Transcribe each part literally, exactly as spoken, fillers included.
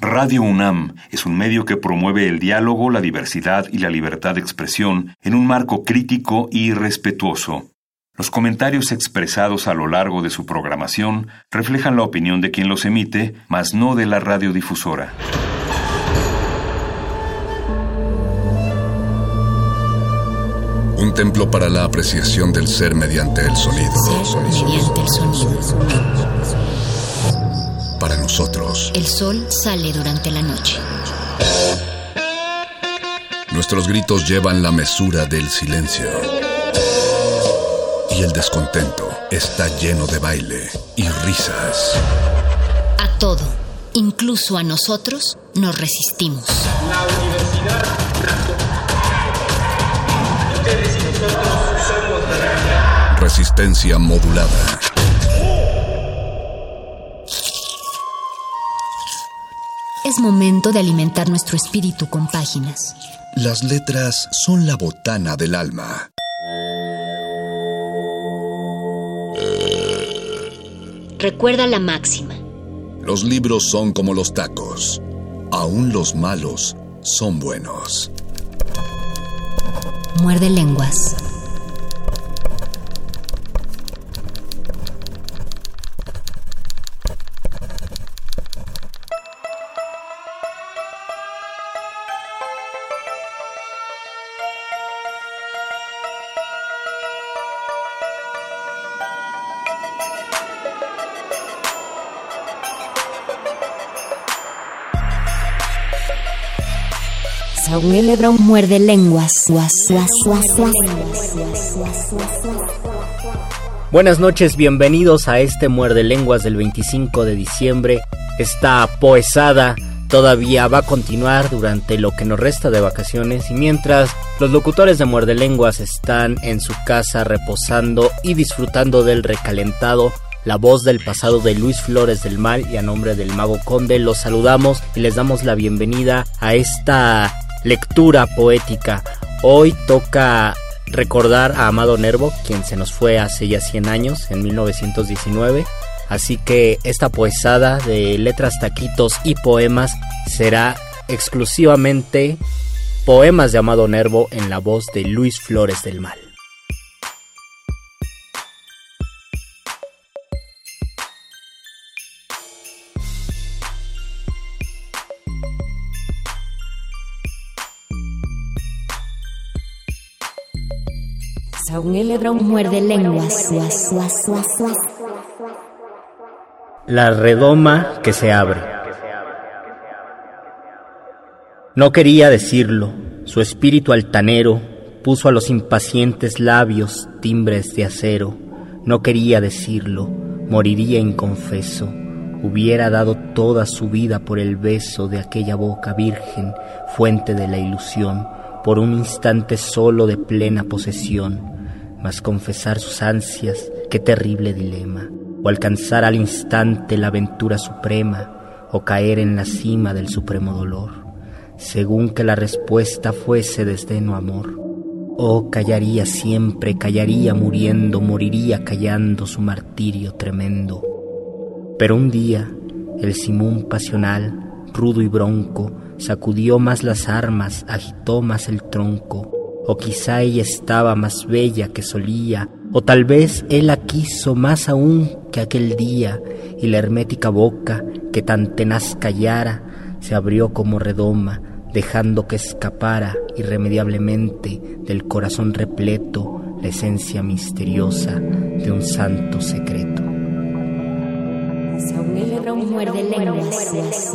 Radio UNAM es un medio que promueve el diálogo, la diversidad y la libertad de expresión en un marco crítico y respetuoso. Los comentarios expresados a lo largo de su programación reflejan la opinión de quien los emite, mas no de la radiodifusora. Un templo para la apreciación del ser mediante el sonido. Ser mediante el sonido. Para nosotros, el sol sale durante la noche. Nuestros gritos llevan la mesura del silencio. Y el descontento está lleno de baile y risas. A todo, incluso a nosotros, nos resistimos. La universidad ustedes y nosotros somos de realidad. Resistencia modulada. Es momento de alimentar nuestro espíritu con páginas. Las letras son la botana del alma. Recuerda la máxima. Los libros son como los tacos. Aún los malos son buenos. Muerde lenguas. Samuel Lebrón muerde lenguas. Buenas noches, bienvenidos a este Muerde Lenguas del veinticinco de diciembre. Esta poesada todavía va a continuar durante lo que nos resta de vacaciones, y mientras los locutores de Muerde Lenguas están en su casa reposando y disfrutando del recalentado, la voz del pasado de Luis Flores del Mal y a nombre del Mago Conde los saludamos y les damos la bienvenida a esta lectura poética. Hoy toca recordar a Amado Nervo, quien se nos fue hace ya cien años, en mil novecientos diecinueve. Así que esta poesada de letras, taquitos y poemas será exclusivamente poemas de Amado Nervo en la voz de Luis Flores del Mal. Samuel Lebrón muerde lenguas. La redoma que se abre. No quería decirlo, su espíritu altanero puso a los impacientes labios timbres de acero. No quería decirlo, moriría inconfeso. Hubiera dado toda su vida por el beso de aquella boca virgen, fuente de la ilusión, por un instante solo de plena posesión. Mas confesar sus ansias, qué terrible dilema, o alcanzar al instante la aventura suprema, o caer en la cima del supremo dolor, según que la respuesta fuese desdén o amor. Oh, callaría siempre, callaría muriendo, moriría callando su martirio tremendo. Pero un día, el simón pasional, rudo y bronco, sacudió más las armas, agitó más el tronco. O quizá ella estaba más bella que solía, o tal vez él la quiso más aún que aquel día, y la hermética boca, que tan tenaz callara, se abrió como redoma, dejando que escapara irremediablemente del corazón repleto la esencia misteriosa de un santo secreto. Samuel Lebrón muerde lenguas.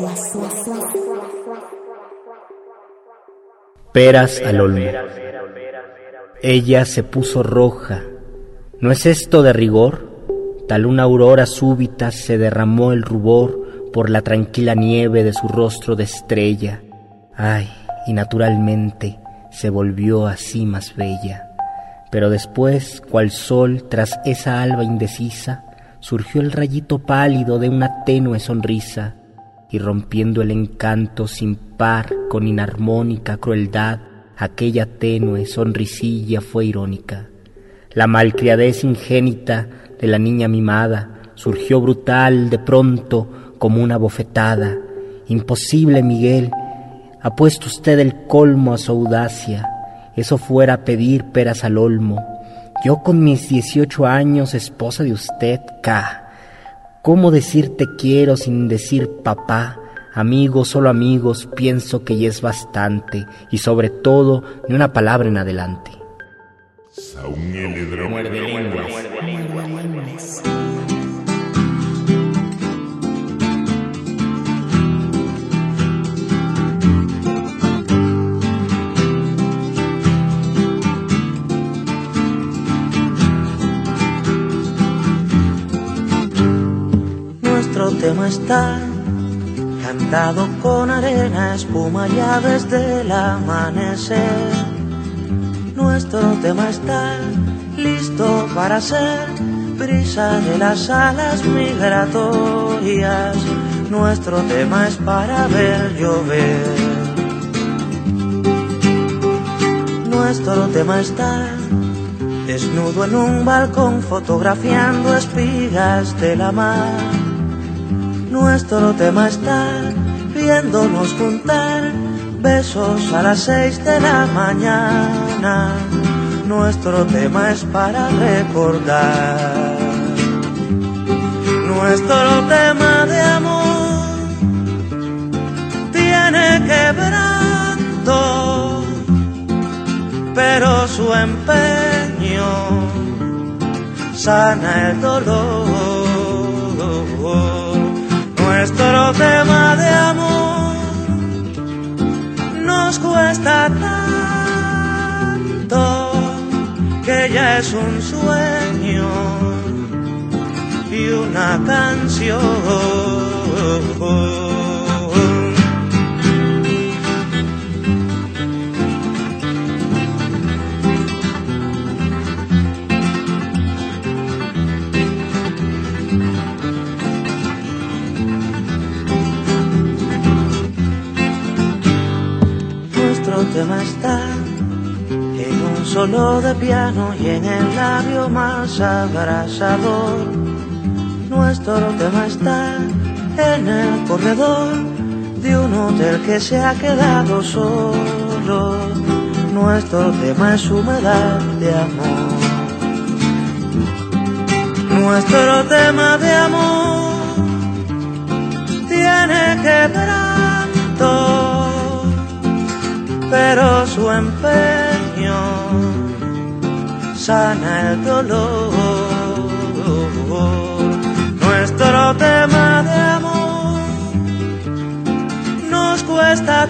Peras al olmo. Ella se puso roja. ¿No es esto de rigor? Tal una aurora súbita se derramó el rubor por la tranquila nieve de su rostro de estrella. Ay, y naturalmente se volvió así más bella. Pero después, cual sol tras esa alba indecisa, surgió el rayito pálido de una tenue sonrisa, y rompiendo el encanto sin par con inarmónica crueldad, aquella tenue sonrisilla fue irónica. La malcriadez ingénita de la niña mimada surgió brutal de pronto como una bofetada, Imposible, Miguel. Ha puesto usted el colmo a su audacia. Eso fuera pedir peras al olmo. Yo con mis dieciocho años, esposa de usted, ca. ¿Cómo decir te quiero sin decir papá? Amigos, solo amigos, pienso que ya es bastante. Y sobre todo, ni una palabra en adelante. Muerde lenguas. Nuestro tema está cantado con arena, espuma y aves del amanecer. Nuestro tema está listo para ser brisa de las alas migratorias. Nuestro tema es para ver llover. Nuestro tema está desnudo en un balcón fotografiando espigas de la mar. Nuestro tema está viéndonos juntar besos a las seis de la mañana. Nuestro tema es para recordar. Nuestro tema de amor tiene quebranto, pero su empeño sana el dolor. Nuestro tema de amor nos cuesta tanto que ya es un sueño y una canción. Nuestro tema está en un solo de piano y en el labio más abrasador. Nuestro tema está en el corredor de un hotel que se ha quedado solo. Nuestro tema es humedad de amor. Nuestro tema de amor tiene quebranto, pero su empeño sana el dolor. Nuestro tema de amor nos cuesta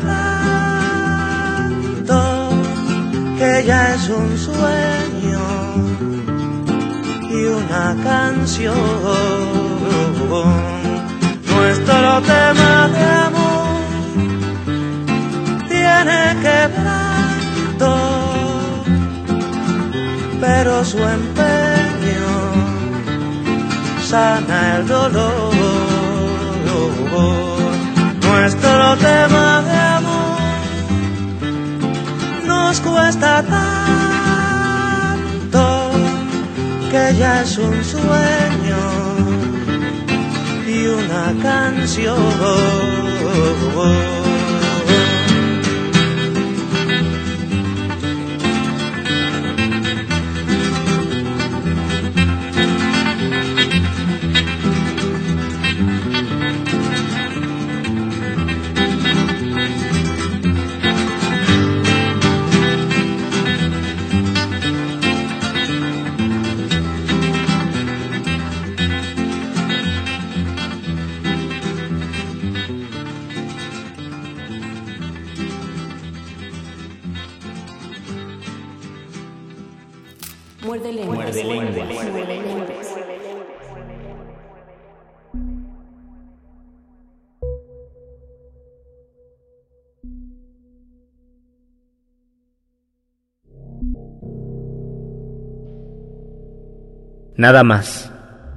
tanto que ya es un sueño y una canción. Nuestro tema de amor tiene quebranto, pero su empeño sana el dolor. Nuestro tema de amor nos cuesta tanto que ya es un sueño y una canción. Muerde lenguas. Muerde lenguas. Muerde lenguas. Nada más.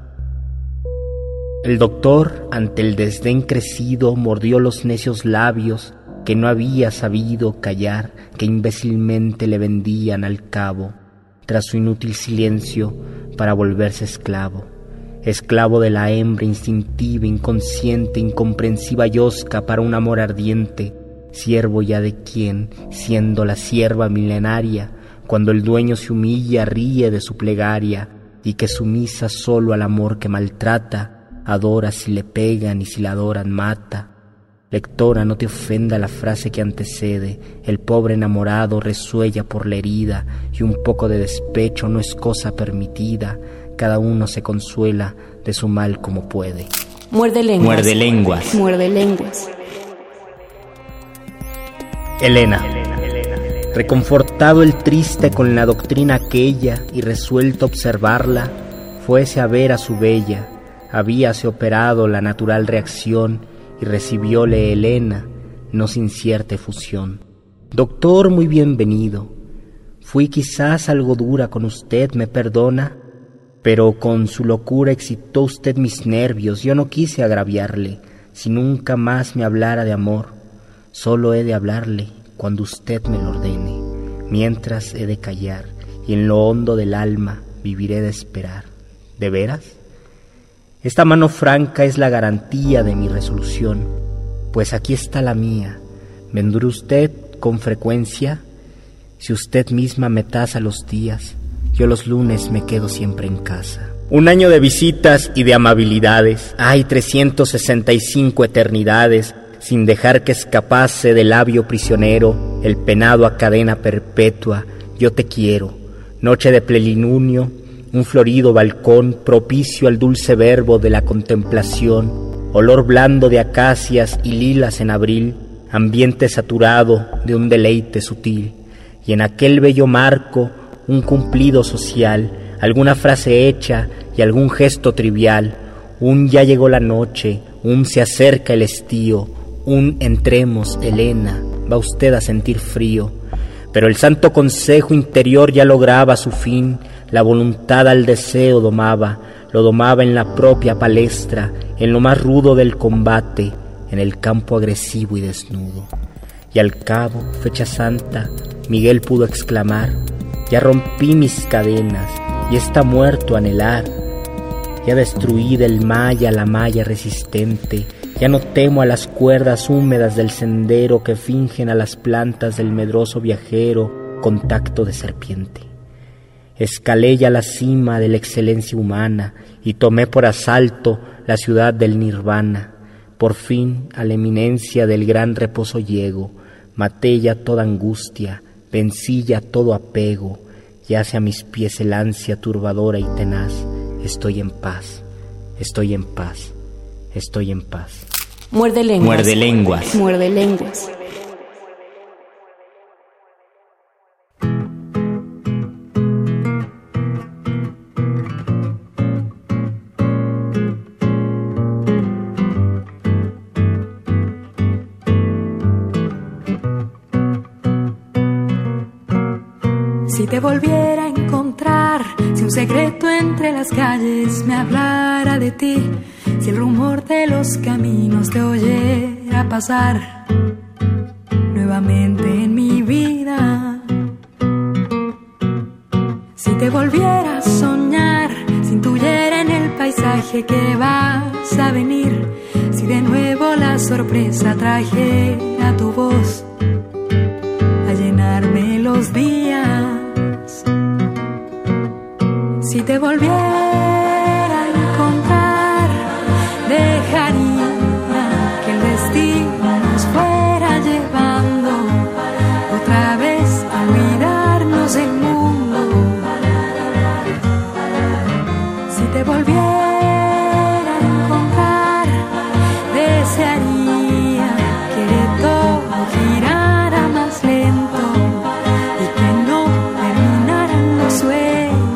El doctor, ante el desdén crecido, mordió los necios labios que no había sabido callar, que imbécilmente le vendían al cabo, tras su inútil silencio, para volverse esclavo. esclavo de la hembra instintiva, inconsciente, incomprensiva yosca para un amor ardiente, siervo ya de quien, siendo la sierva milenaria, cuando el dueño se humilla, ríe de su plegaria, y que sumisa solo al amor que maltrata, adora si le pegan y si la adoran mata. Lectora, no te ofenda la frase que antecede, el pobre enamorado resuella por la herida, y un poco de despecho no es cosa permitida, cada uno se consuela de su mal como puede. Muerde lenguas. Muerde lenguas. Muerde lenguas. Elena. Reconfortado el triste con la doctrina aquella y resuelto observarla, fuese a ver a su bella. Habíase operado la natural reacción y recibióle Elena, no sin cierta efusión. Doctor, muy bienvenido. Fui quizás algo dura con usted, me perdona, pero con su locura excitó usted mis nervios. Yo no quise agraviarle, si nunca más me hablara de amor. Solo he de hablarle cuando usted me lo ordene, mientras he de callar, y en lo hondo del alma viviré de esperar. ¿De veras? Esta mano franca es la garantía de mi resolución, pues aquí está la mía. ¿Vendrá usted con frecuencia? Si usted misma me tasa los días, yo los lunes me quedo siempre en casa. Un año de visitas y de amabilidades, hay trescientas sesenta y cinco eternidades, sin dejar que escapase del labio prisionero el penado a cadena perpetua. Yo te quiero, noche de plenilunio, un florido balcón propicio al dulce verbo de la contemplación, olor blando de acacias y lilas en abril, ambiente saturado de un deleite sutil, y en aquel bello marco un cumplido social, alguna frase hecha y algún gesto trivial, un ya llegó la noche, un se acerca el estío, un entremos, Elena, va usted a sentir frío. Pero el santo consejo interior ya lograba su fin, la voluntad al deseo domaba, lo domaba en la propia palestra, en lo más rudo del combate, en el campo agresivo y desnudo. Y al cabo, fecha santa, Miguel pudo exclamar: ya rompí mis cadenas, y está muerto anhelar. Ya destruí del maya la malla resistente, ya no temo a las cuerdas húmedas del sendero que fingen a las plantas del medroso viajero contacto de serpiente. Escalé ya la cima de la excelencia humana y tomé por asalto la ciudad del nirvana. Por fin a la eminencia del gran reposo llego, maté ya toda angustia, vencí ya todo apego, yace a mis pies el ansia turbadora y tenaz. Estoy en paz, estoy en paz, estoy en paz. Muerde lenguas. Muerde lenguas. Muerde lenguas. Si te volviera a encontrar, si un secreto entre las calles me hablara de ti, si el rumor de los caminos te oyera pasar nuevamente en mi vida, si te volviera a soñar, si intuyera en el paisaje que vas a venir, si de nuevo la sorpresa trajera tu voz a llenarme los días, si te volviera a encontrar, dejaría que el destino nos fuera llevando otra vez a olvidarnos del mundo. Si te volviera a encontrar, desearía que todo girara más lento y que no terminaran los sueños.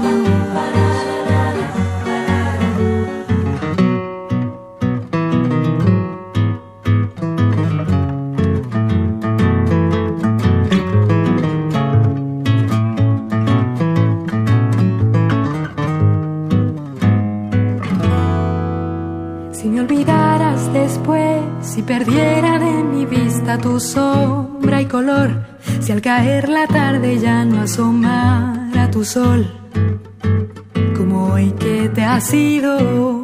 Si perdiera de mi vista tu sombra y color, si al caer la tarde ya no asomara tu sol, como hoy que te has ido.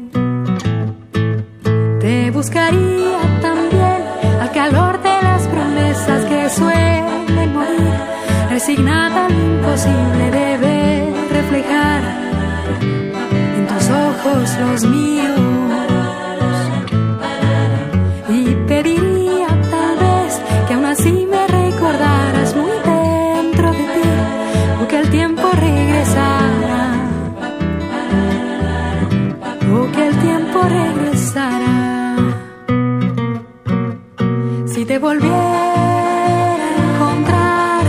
Te buscaría también al calor de las promesas que suelen morir, resignada al imposible de ver reflejar en tus ojos los míos. Y pediría tal vez que aún así me recordaras muy dentro de ti, o que el tiempo regresara, o que el tiempo regresara. Si te volviera a encontrar,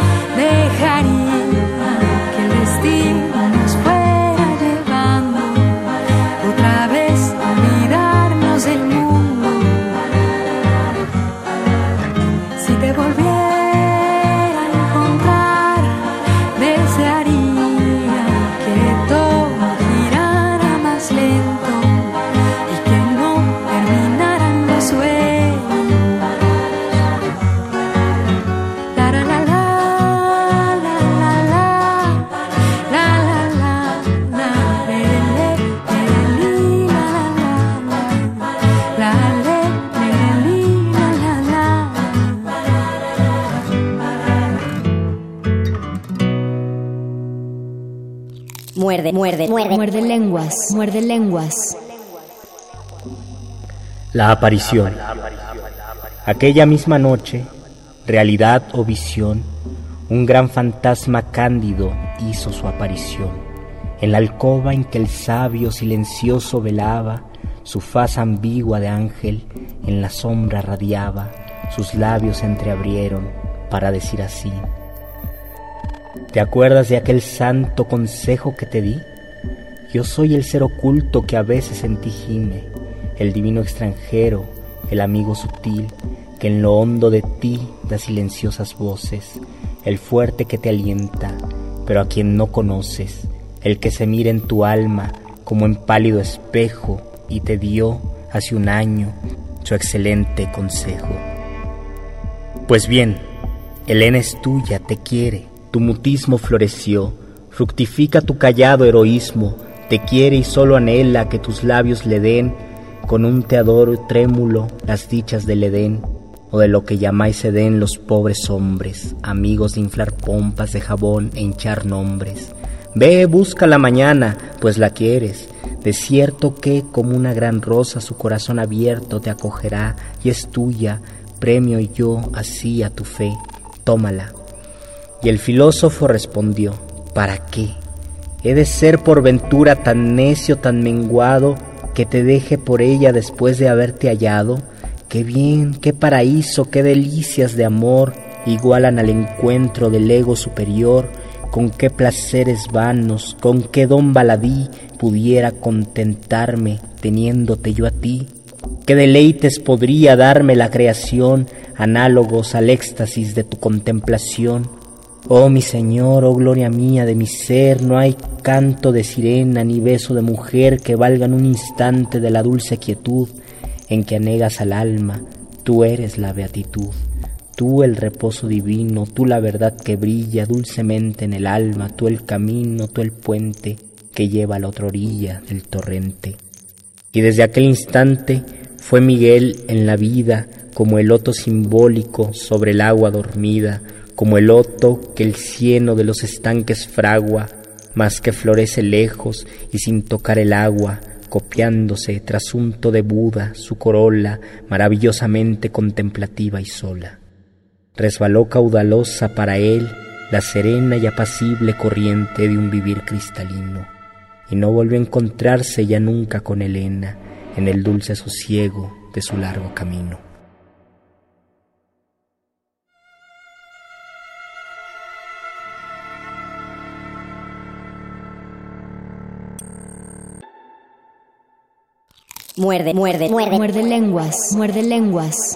dejaría que el destino nos fuera llevando otra vez a olvidarnos del mundo. Si te volviera a encontrar, desearía que todo girara más lento y que no terminaran los sueños. La la la la la la la la la la le le le la la la le le la la. Muerde, muerde, muerde. Muerde lenguas, muerde lenguas. La aparición. Aquella misma noche, realidad o visión, un gran fantasma cándido hizo su aparición. En la alcoba en que el sabio silencioso velaba, su faz ambigua de ángel en la sombra radiaba, sus labios se entreabrieron para decir así: ¿te acuerdas de aquel santo consejo que te di? Yo soy el ser oculto que a veces en ti gime, el divino extranjero, el amigo sutil, que en lo hondo de ti da silenciosas voces, el fuerte que te alienta, pero a quien no conoces, el que se mira en tu alma como en pálido espejo y te dio hace un año su excelente consejo. Pues bien, Helena es tuya, te quiere, tu mutismo floreció, fructifica tu callado heroísmo, te quiere y solo anhela que tus labios le den con un te adoro trémulo las dichas del Edén, o de lo que llamáis Edén los pobres hombres, amigos de inflar pompas de jabón e hinchar nombres. Ve, busca la mañana, pues la quieres, de cierto que como una gran rosa su corazón abierto te acogerá y es tuya, premio yo así a tu fe, tómala. Y el filósofo respondió: ¿para qué? ¿He de ser por ventura tan necio, tan menguado, que te deje por ella después de haberte hallado? Qué bien, qué paraíso, qué delicias de amor igualan al encuentro del ego superior. Con qué placeres vanos, con qué don baladí pudiera contentarme teniéndote yo a ti. Qué deleites podría darme la creación, análogos al éxtasis de tu contemplación. Oh mi Señor, oh gloria mía de mi ser, no hay canto de sirena ni beso de mujer que valgan un instante de la dulce quietud en que anegas al alma. Tú eres la beatitud, tú el reposo divino, tú la verdad que brilla dulcemente en el alma, tú el camino, tú el puente que lleva a la otra orilla del torrente. Y desde aquel instante fue Miguel en la vida como el loto simbólico sobre el agua dormida, como el loto que el cieno de los estanques fragua, mas que florece lejos y sin tocar el agua, copiándose trasunto de Buda su corola maravillosamente contemplativa y sola. Resbaló caudalosa para él la serena y apacible corriente de un vivir cristalino, y no volvió a encontrarse ya nunca con Helena en el dulce sosiego de su largo camino. Muerde, muerde, muerde. Muerde lenguas, muerde lenguas.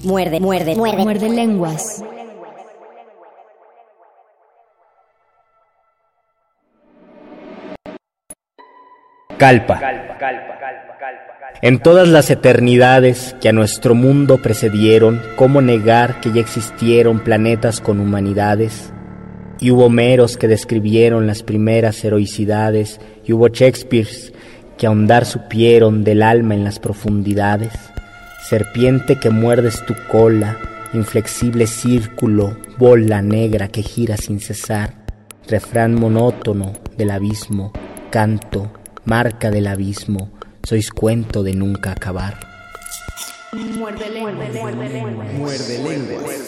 Muerde, muerde, muerde. Muerde lenguas. Calpa. En todas las eternidades que a nuestro mundo precedieron, ¿cómo negar que ya existieron planetas con humanidades? Y hubo Homeros que describieron las primeras heroicidades, y hubo Shakespeares que ahondar supieron del alma en las profundidades. Serpiente que muerdes tu cola, inflexible círculo, bola negra que gira sin cesar, refrán monótono del abismo, canto, marca del abismo, sois cuento de nunca acabar. Muerde lenguas. Muerde lenguas. Muerde lenguas.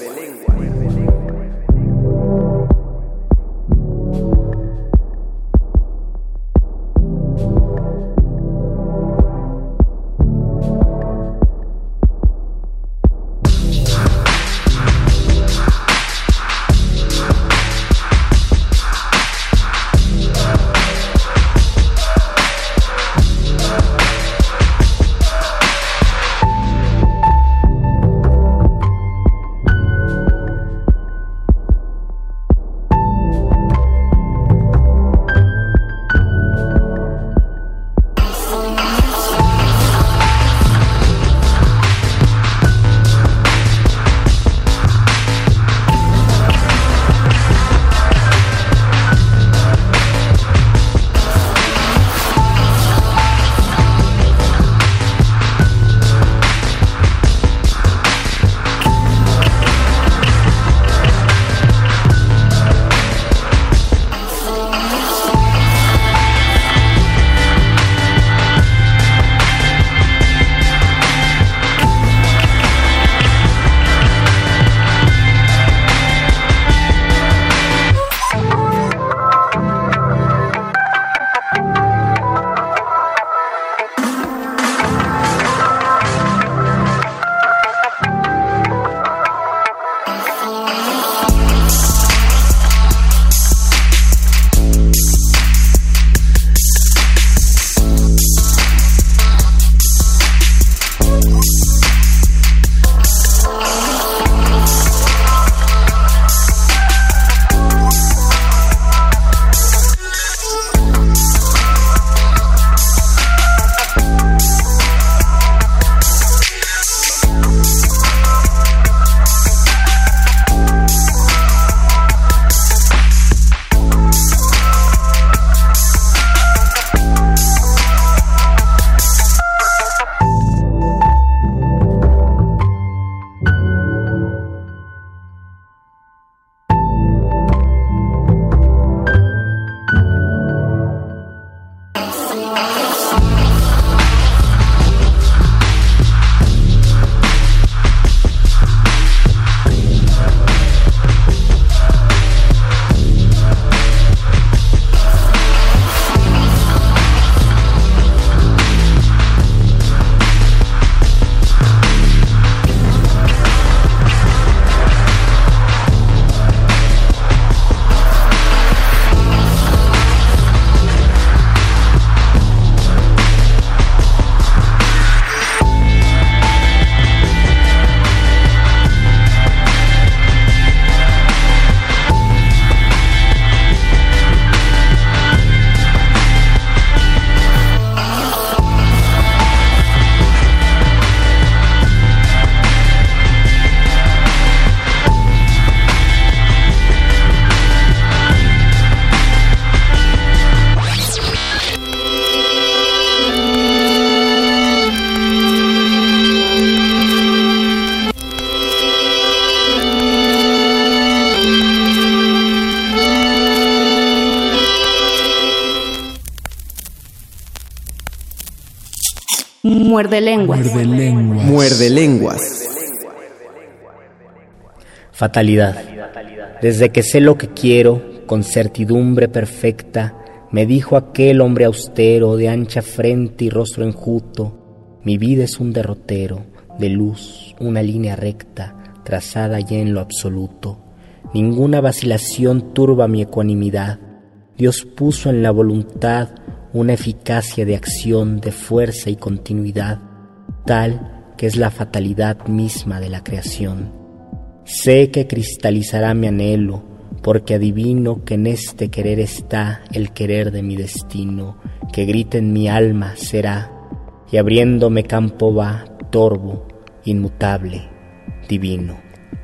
Muerde lenguas. Muerde lenguas. Muerde lenguas. Fatalidad. Desde que sé lo que quiero, con certidumbre perfecta, me dijo aquel hombre austero, de ancha frente y rostro enjuto, mi vida es un derrotero, de luz, una línea recta, trazada ya en lo absoluto. Ninguna vacilación turba mi ecuanimidad. Dios puso en la voluntad una eficacia de acción, de fuerza y continuidad, tal que es la fatalidad misma de la creación. Sé que cristalizará mi anhelo, porque adivino que en este querer está el querer de mi destino, que grita en mi alma será, y abriéndome campo va, torvo, inmutable, divino.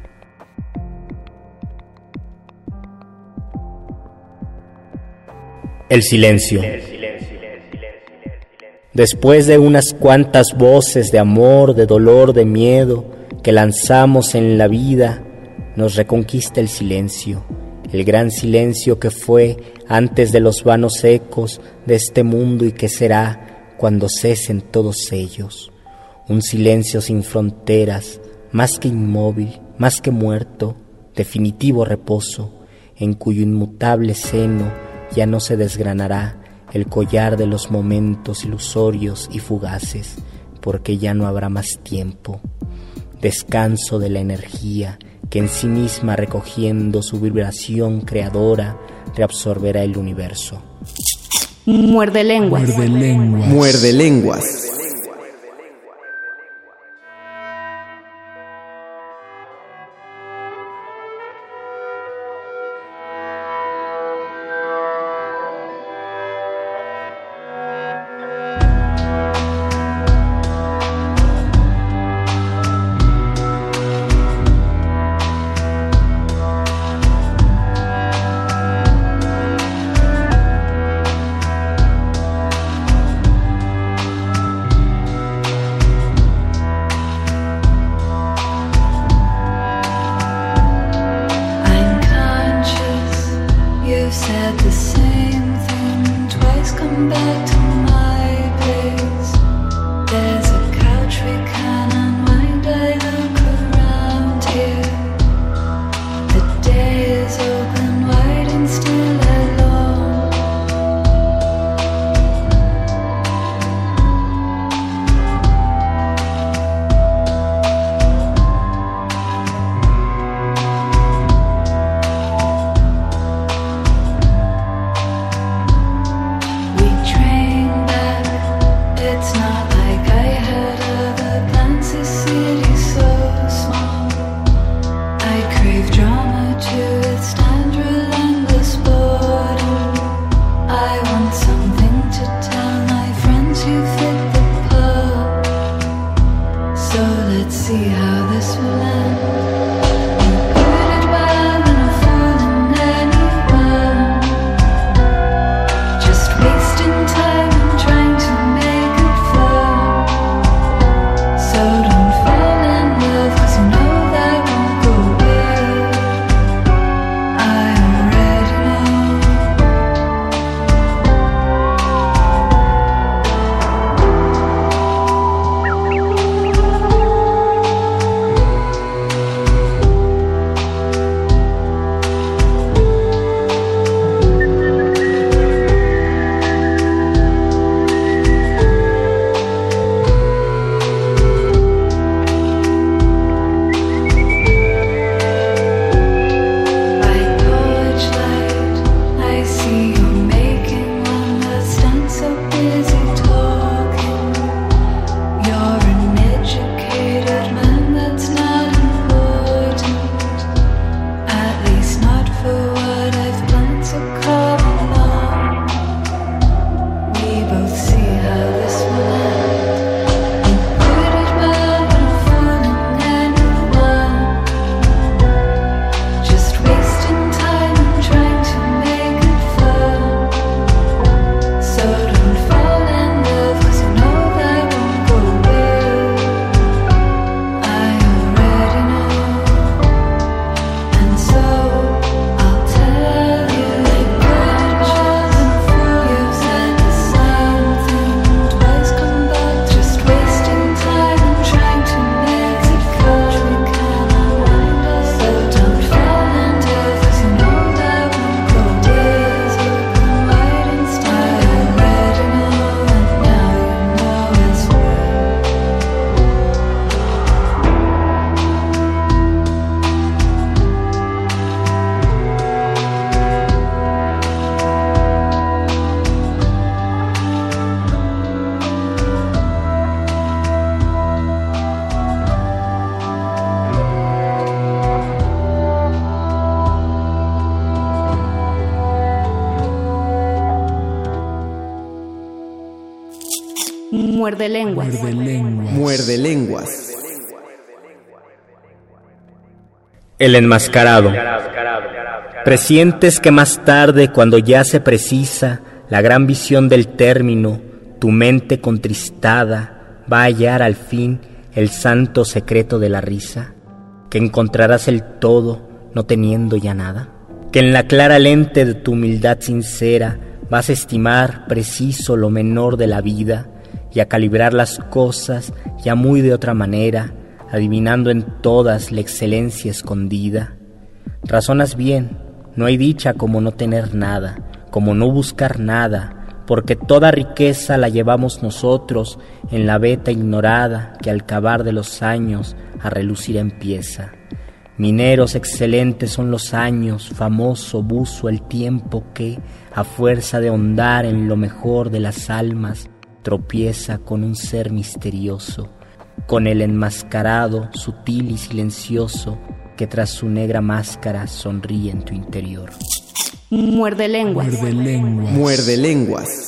El silencio. Después de unas cuantas voces de amor, de dolor, de miedo que lanzamos en la vida, nos reconquista el silencio, el gran silencio que fue antes de los vanos ecos de este mundo y que será cuando cesen todos ellos. Un silencio sin fronteras, más que inmóvil, más que muerto, definitivo reposo, en cuyo inmutable seno ya no se desgranará el collar de los momentos ilusorios y fugaces, porque ya no habrá más tiempo. Descanso de la energía que en sí misma, recogiendo su vibración creadora, reabsorberá el universo. Muerde lenguas. Muerde lenguas. Muerde lenguas. Muerde lenguas. Muerde lenguas. Muerde lenguas. El enmascarado. Presientes que más tarde, cuando ya se precisa la gran visión del término, tu mente contristada va a hallar al fin el santo secreto de la risa, que encontrarás el todo no teniendo ya nada, que en la clara lente de tu humildad sincera vas a estimar preciso lo menor de la vida y a calibrar las cosas ya muy de otra manera, adivinando en todas la excelencia escondida. Razonas bien, no hay dicha como no tener nada, como no buscar nada, porque toda riqueza la llevamos nosotros en la veta ignorada que al cavar de los años a relucir empieza. Mineros excelentes son los años, famoso buzo el tiempo que, a fuerza de ahondar en lo mejor de las almas, tropieza con un ser misterioso, con el enmascarado, sutil y silencioso, que tras su negra máscara sonríe en tu interior. Muerde lenguas. Muerde lenguas. Muerde lenguas.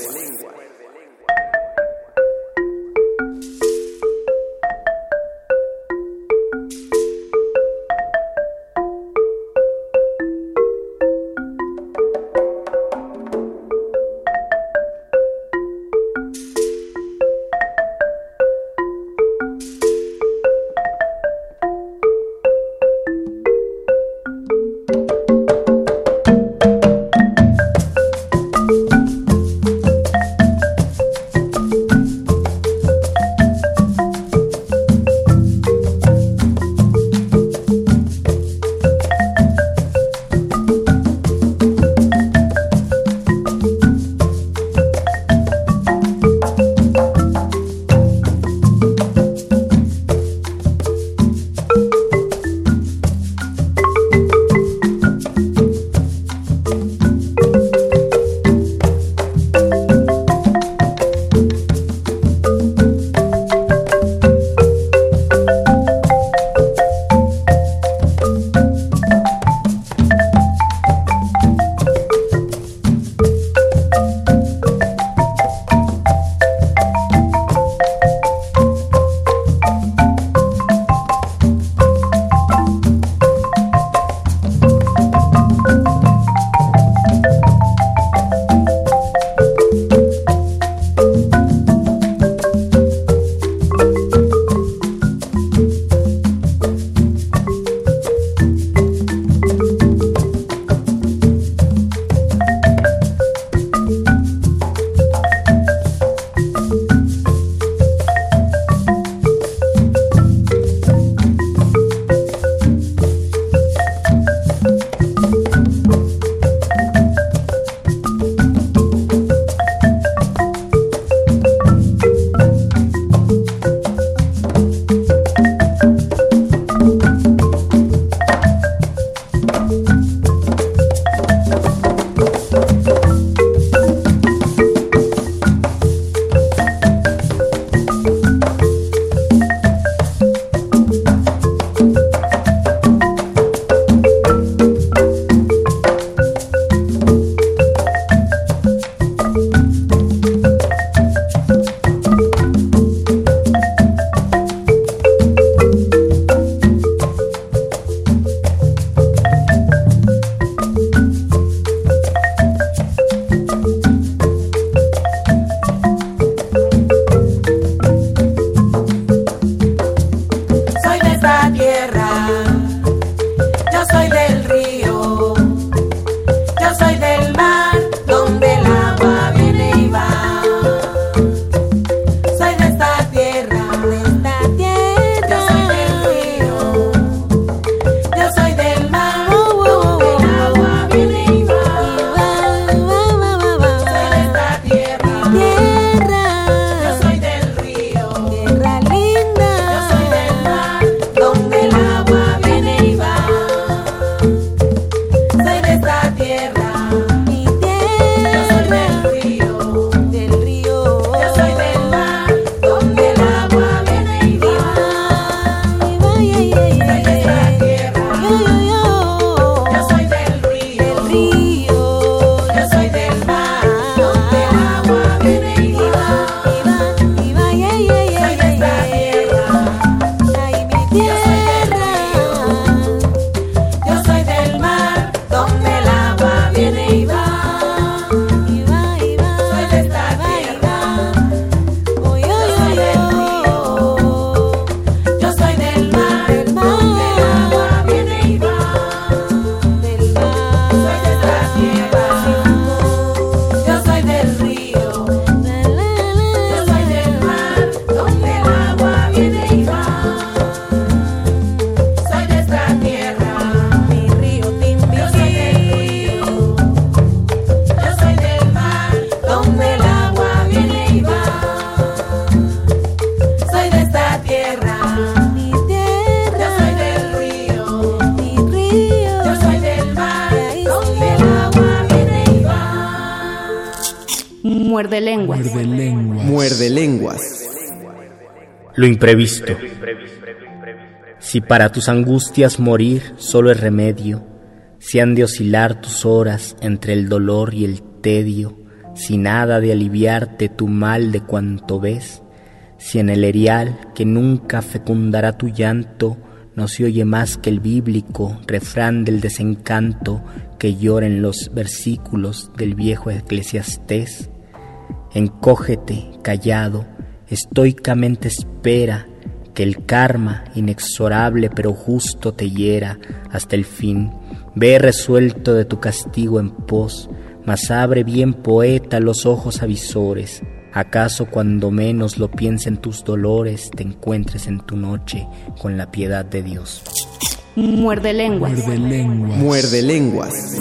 Muerde lenguas. Muerde lenguas. Muerde lenguas. Lo imprevisto. Si para tus angustias morir solo es remedio, si han de oscilar tus horas entre el dolor y el tedio, si nada de aliviarte tu mal de cuanto ves, si en el erial que nunca fecundará tu llanto no se oye más que el bíblico refrán del desencanto que llora en los versículos del viejo Eclesiastés, encógete callado, estoicamente espera que el karma inexorable pero justo te hiera hasta el fin. Ve resuelto de tu castigo en pos, mas abre bien poeta los ojos avisores. ¿Acaso cuando menos lo piensen tus dolores te encuentres en tu noche con la piedad de Dios? Muerde lenguas. Muerde lenguas. Muerde lenguas.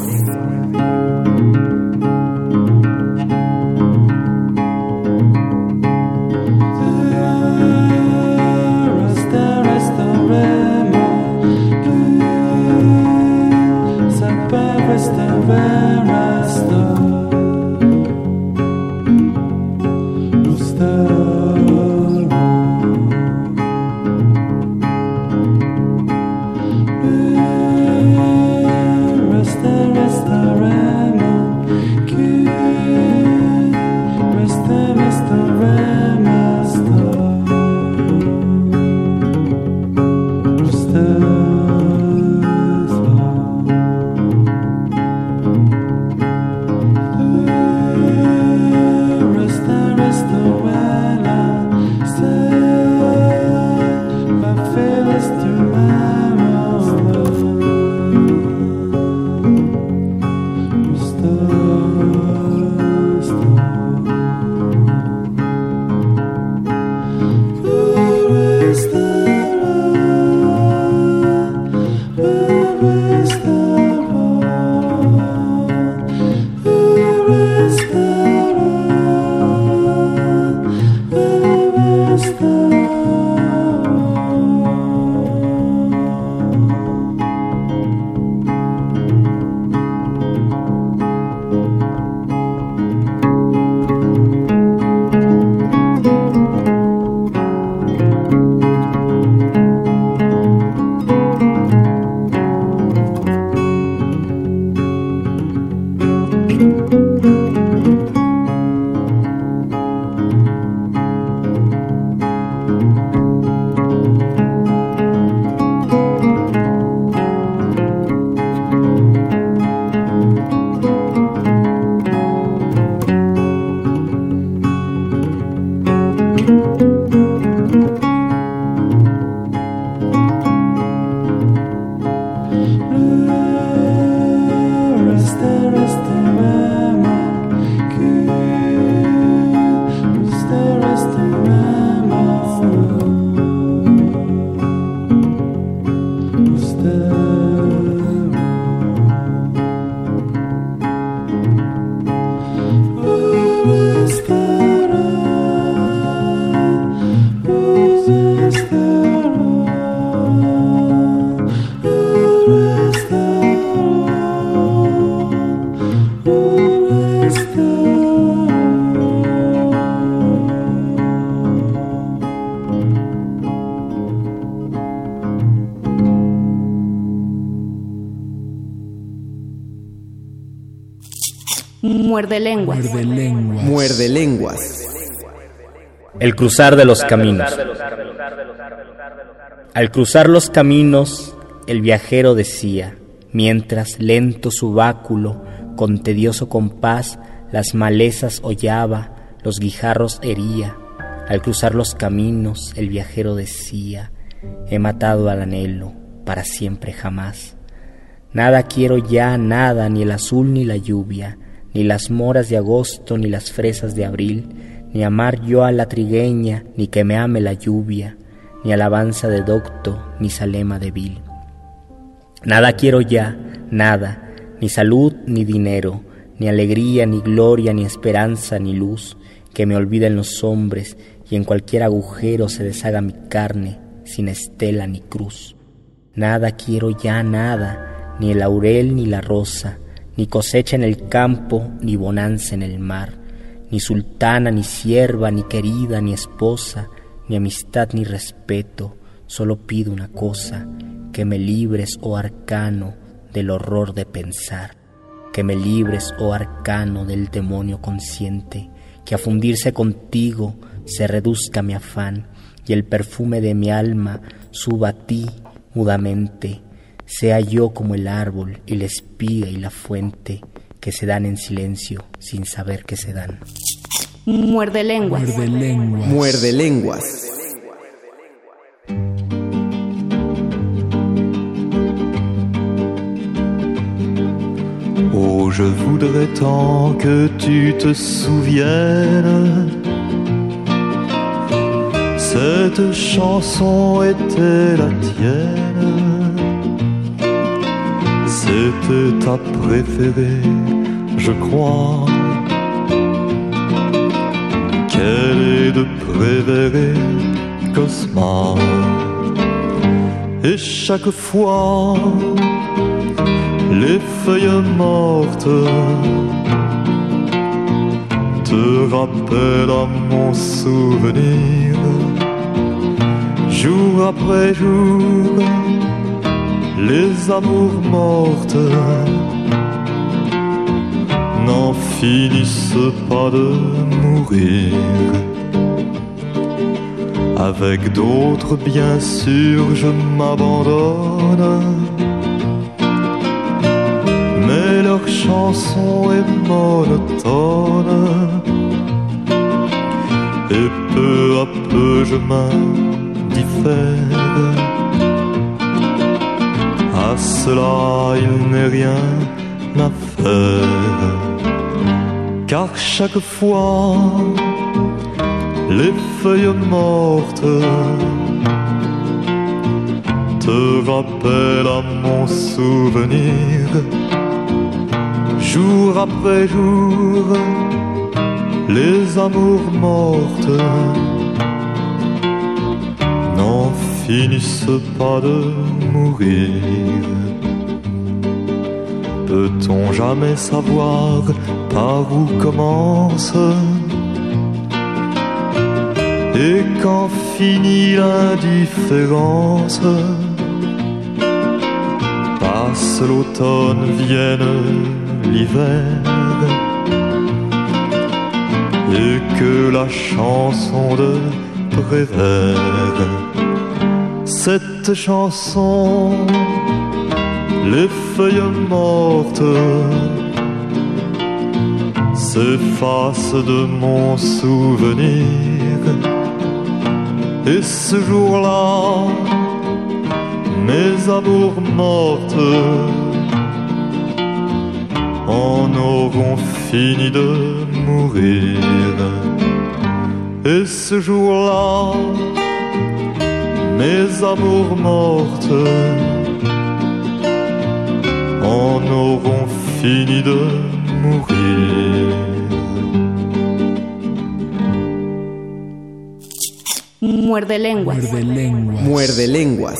Muerde lenguas. Muerde lenguas. Muerde lenguas. El cruzar de los caminos. Al cruzar los caminos, el viajero decía, mientras lento su báculo, con tedioso compás, las malezas hollaba, los guijarros hería. Al cruzar los caminos, el viajero decía, he matado al anhelo, para siempre jamás. Nada quiero ya, nada, ni el azul ni la lluvia, ni las moras de agosto, ni las fresas de abril, ni amar yo a la trigueña, ni que me ame la lluvia, ni alabanza de docto, ni salema de vil. Nada quiero ya, nada, ni salud ni dinero, ni alegría, ni gloria, ni esperanza, ni luz, que me olviden los hombres, y en cualquier agujero se deshaga mi carne, sin estela ni cruz. Nada quiero ya, nada, ni el laurel ni la rosa, ni cosecha en el campo, ni bonanza en el mar, ni sultana, ni sierva, ni querida, ni esposa, ni amistad, ni respeto. Solo pido una cosa, que me libres, oh arcano, del horror de pensar. Que me libres, oh arcano, del demonio consciente, que a fundirse contigo se reduzca mi afán, y el perfume de mi alma suba a ti mudamente. Sea yo como el árbol y la espiga y la fuente, que se dan en silencio sin saber que se dan. Muerde lenguas. Muerde lenguas. Muerde lenguas. Oh, je voudrais tant que tu te souviennes. Cette chanson était la tienne. C'était ta préférée, je crois. Qu'elle est de Prévert, Cosma. Et chaque fois, les feuilles mortes te rappellent à mon souvenir. Jour après jour, les amours mortes n'en finissent pas de mourir. Avec d'autres, bien sûr, je m'abandonne, mais leur chanson est monotone, et peu à peu je m'indiffère. À cela il n'est rien à faire, car chaque fois les feuilles mortes te rappellent à mon souvenir. Jour après jour, les amours mortes n'en finissent pas de mourir. Peut-on jamais savoir par où commence et quand finit l'indifférence? Passe l'automne, vienne l'hiver, et que la chanson de Prévert, cette chanson, les feuilles mortes s'effacent de mon souvenir. Et ce jour-là, mes amours mortes en auront fini de mourir. Et ce jour-là, mes amours mortes en auront fini de mourir. Muerde lenguas. Muerde lenguas. Muerde lenguas.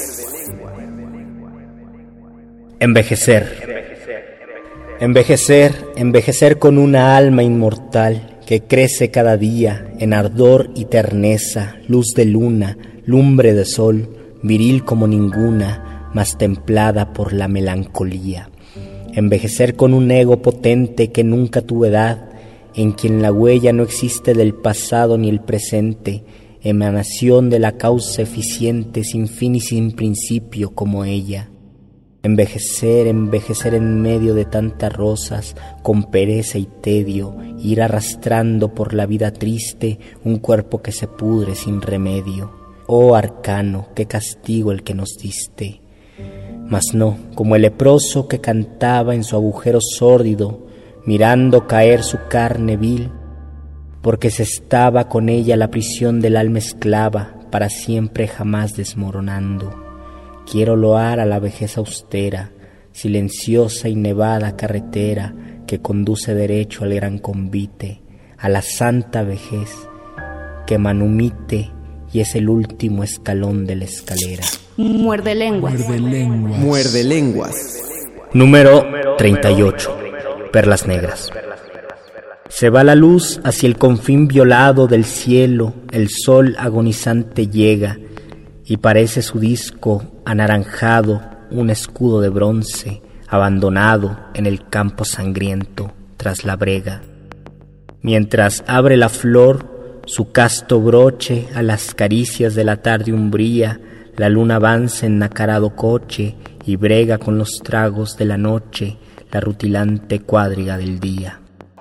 Envejecer. Envejecer, envejecer con una alma inmortal que crece cada día en ardor y terneza, luz de luna, lumbre de sol, viril como ninguna, mas templada por la melancolía. Envejecer con un ego potente que nunca tuvo edad, en quien la huella no existe del pasado ni el presente, emanación de la causa eficiente sin fin y sin principio como ella. Envejecer, envejecer en medio de tantas rosas, con pereza y tedio, ir arrastrando por la vida triste un cuerpo que se pudre sin remedio. Oh arcano, qué castigo el que nos diste. Mas no, como el leproso que cantaba en su agujero sórdido, mirando caer su carne vil, porque se estaba con ella la prisión del alma esclava, para siempre jamás desmoronando. Quiero loar a la vejez austera, silenciosa y nevada carretera que conduce derecho al gran convite, a la santa vejez que manumite y es el último escalón de la escalera. Muerde lenguas. Muerde lenguas. Muerde lenguas. Número treinta y ocho. Perlas negras. Se va la luz hacia el confín violado del cielo, el sol agonizante llega y parece su disco anaranjado un escudo de bronce abandonado en el campo sangriento tras la brega. Mientras abre la flor su casto broche a las caricias de la tarde umbría, la luna avanza en nacarado coche y brega con los tragos de la noche la rutilante cuadriga del día.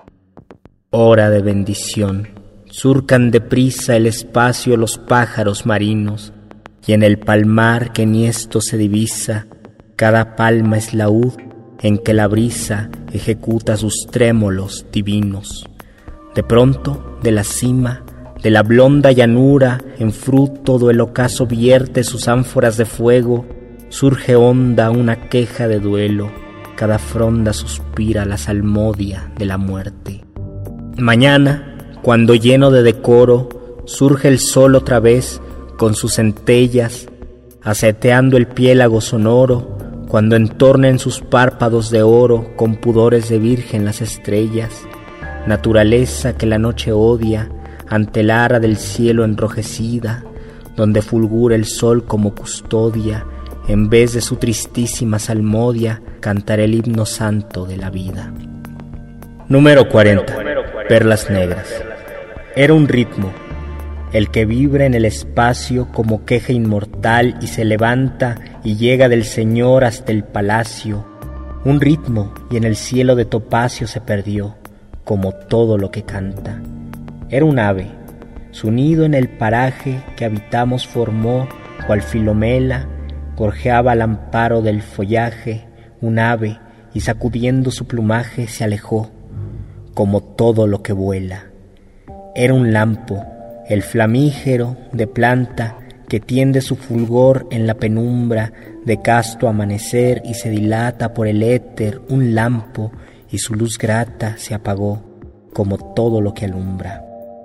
Hora de bendición, surcan deprisa el espacio los pájaros marinos, y en el palmar que enhiesto se divisa, cada palma es laúd en que la brisa ejecuta sus trémolos divinos. De pronto, de la cima, de la blonda llanura, en fruto del ocaso vierte sus ánforas de fuego, surge honda una queja de duelo, cada fronda suspira la salmodia de la muerte. Mañana, cuando lleno de decoro, surge el sol otra vez con sus centellas, aceteando el piélago sonoro, cuando entornen sus párpados de oro con pudores de virgen las estrellas, naturaleza que la noche odia, ante el ara del cielo enrojecida, donde fulgura el sol como custodia, en vez de su tristísima salmodia, cantaré el himno santo de la vida. Número cuarenta. Perlas negras. Era un ritmo, el que vibra en el espacio como queja inmortal y se levanta y llega del Señor hasta el palacio. Un ritmo y en el cielo de topacio se perdió, como todo lo que canta. Era un ave, su nido en el paraje que habitamos formó, cual Filomela, gorjeaba al amparo del follaje, un ave, y sacudiendo su plumaje se alejó, como todo lo que vuela. Era un lampo, el flamígero de planta que tiende su fulgor en la penumbra de casto amanecer y se dilata por el éter, un lampo, y su luz grata se apagó, como todo lo que alumbra.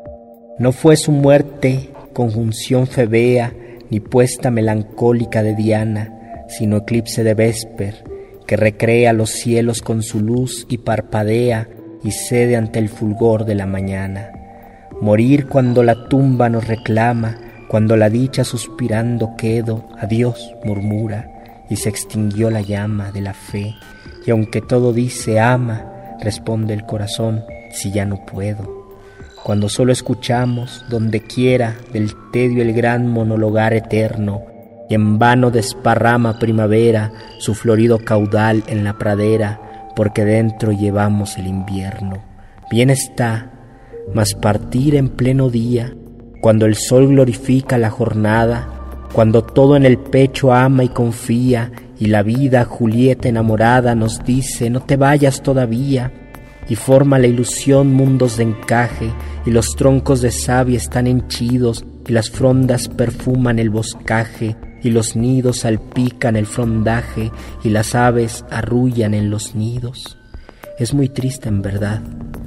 No fue su muerte conjunción febea, ni puesta melancólica de Diana, sino eclipse de Vesper, que recrea los cielos con su luz y parpadea y cede ante el fulgor de la mañana. Morir cuando la tumba nos reclama, cuando la dicha suspirando quedo, adiós murmura, y se extinguió la llama de la fe, y aunque todo dice ama, responde el corazón, si ya no puedo. Cuando solo escuchamos, donde quiera, del tedio el gran monologar eterno, y en vano desparrama primavera su florido caudal en la pradera, porque dentro llevamos el invierno. Bien está, mas partir en pleno día, cuando el sol glorifica la jornada, cuando todo en el pecho ama y confía, y la vida, Julieta enamorada, nos dice, no te vayas todavía, y forma la ilusión mundos de encaje, y los troncos de savia están henchidos, y las frondas perfuman el boscaje, y los nidos salpican el frondaje, y las aves arrullan en los nidos. Es muy triste en verdad.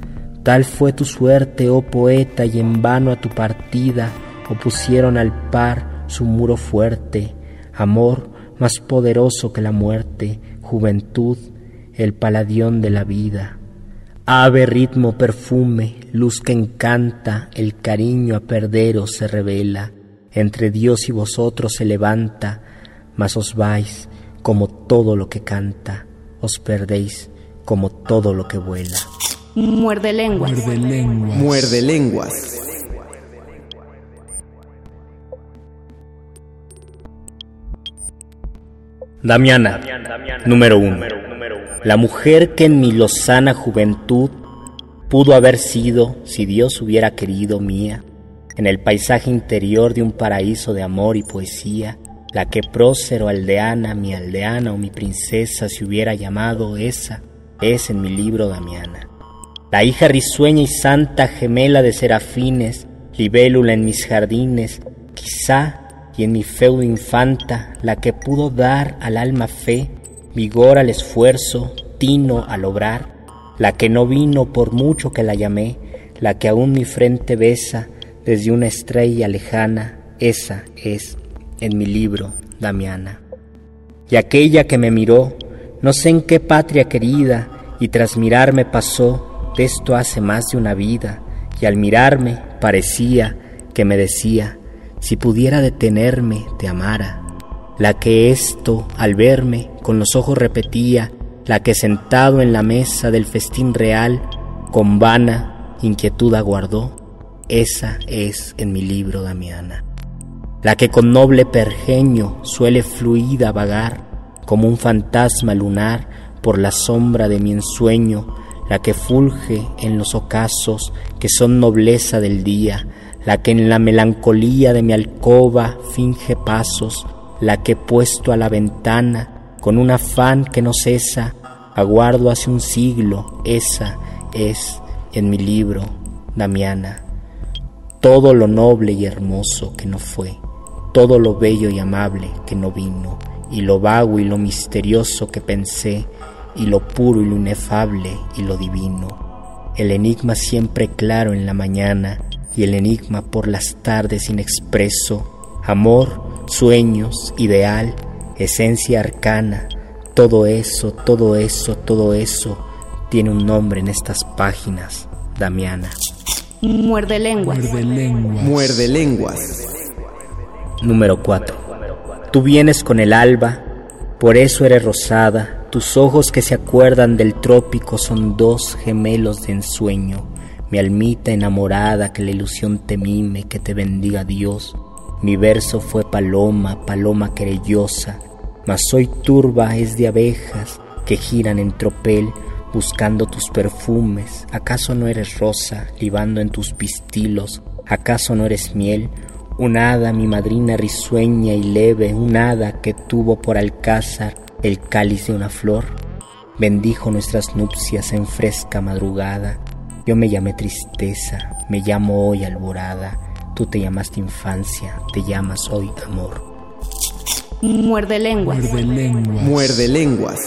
Tal fue tu suerte, oh poeta, y en vano a tu partida opusieron al par su muro fuerte, amor más poderoso que la muerte, juventud, el paladión de la vida. Ave, ritmo, perfume, luz que encanta, el cariño a perderos se revela, entre Dios y vosotros se levanta, mas os vais como todo lo que canta, os perdéis como todo lo que vuela. Muerde lenguas. Muerde lenguas. Muerde lenguas. Damiana, número uno. La mujer que en mi lozana juventud pudo haber sido, si Dios hubiera querido, mía, en el paisaje interior de un paraíso de amor y poesía, la que prócero aldeana, mi aldeana o mi princesa se hubiera llamado, esa es en mi libro Damiana. La hija risueña y santa gemela de serafines, libélula en mis jardines, quizá, y en mi feudo infanta, la que pudo dar al alma fe, vigor al esfuerzo, tino al obrar, la que no vino por mucho que la llamé, la que aún mi frente besa desde una estrella lejana, esa es en mi libro Damiana. Y aquella que me miró, no sé en qué patria querida, y tras mirarme pasó, De esto hace más de una vida, y al mirarme parecía que me decía: si pudiera detenerme te amara. La que esto al verme con los ojos repetía, la que sentado en la mesa del festín real con vana inquietud aguardó, esa es en mi libro Damiana. La que con noble pergeño suele fluida vagar como un fantasma lunar por la sombra de mi ensueño, la que fulge en los ocasos que son nobleza del día, la que en la melancolía de mi alcoba finge pasos, la que puesto a la ventana con un afán que no cesa, aguardo hace un siglo, esa es en mi libro Damiana. Todo lo noble y hermoso que no fue, todo lo bello y amable que no vino, y lo vago y lo misterioso que pensé, y lo puro y lo inefable y lo divino. El enigma siempre claro en la mañana, y el enigma por las tardes inexpreso, amor, sueños, ideal, esencia arcana, todo eso, todo eso, todo eso tiene un nombre en estas páginas, Damiana. Muerde lenguas. Muerde lenguas. Muerde lenguas. Número cuatro. Tú vienes con el alba, por eso eres rosada, tus ojos que se acuerdan del trópico son dos gemelos de ensueño, mi almita enamorada que la ilusión te mime, que te bendiga Dios. Mi verso fue paloma, paloma querellosa, mas hoy turba es de abejas que giran en tropel buscando tus perfumes. ¿Acaso no eres rosa, libando en tus pistilos? ¿Acaso no eres miel? Un hada, mi madrina risueña y leve, un hada que tuvo por alcázar el cáliz de una flor. Bendijo nuestras nupcias en fresca madrugada. Yo me llamé tristeza, me llamo hoy alborada. Tú te llamaste infancia, te llamas hoy amor. Muerde lenguas. Muerde lenguas. Muerde lenguas.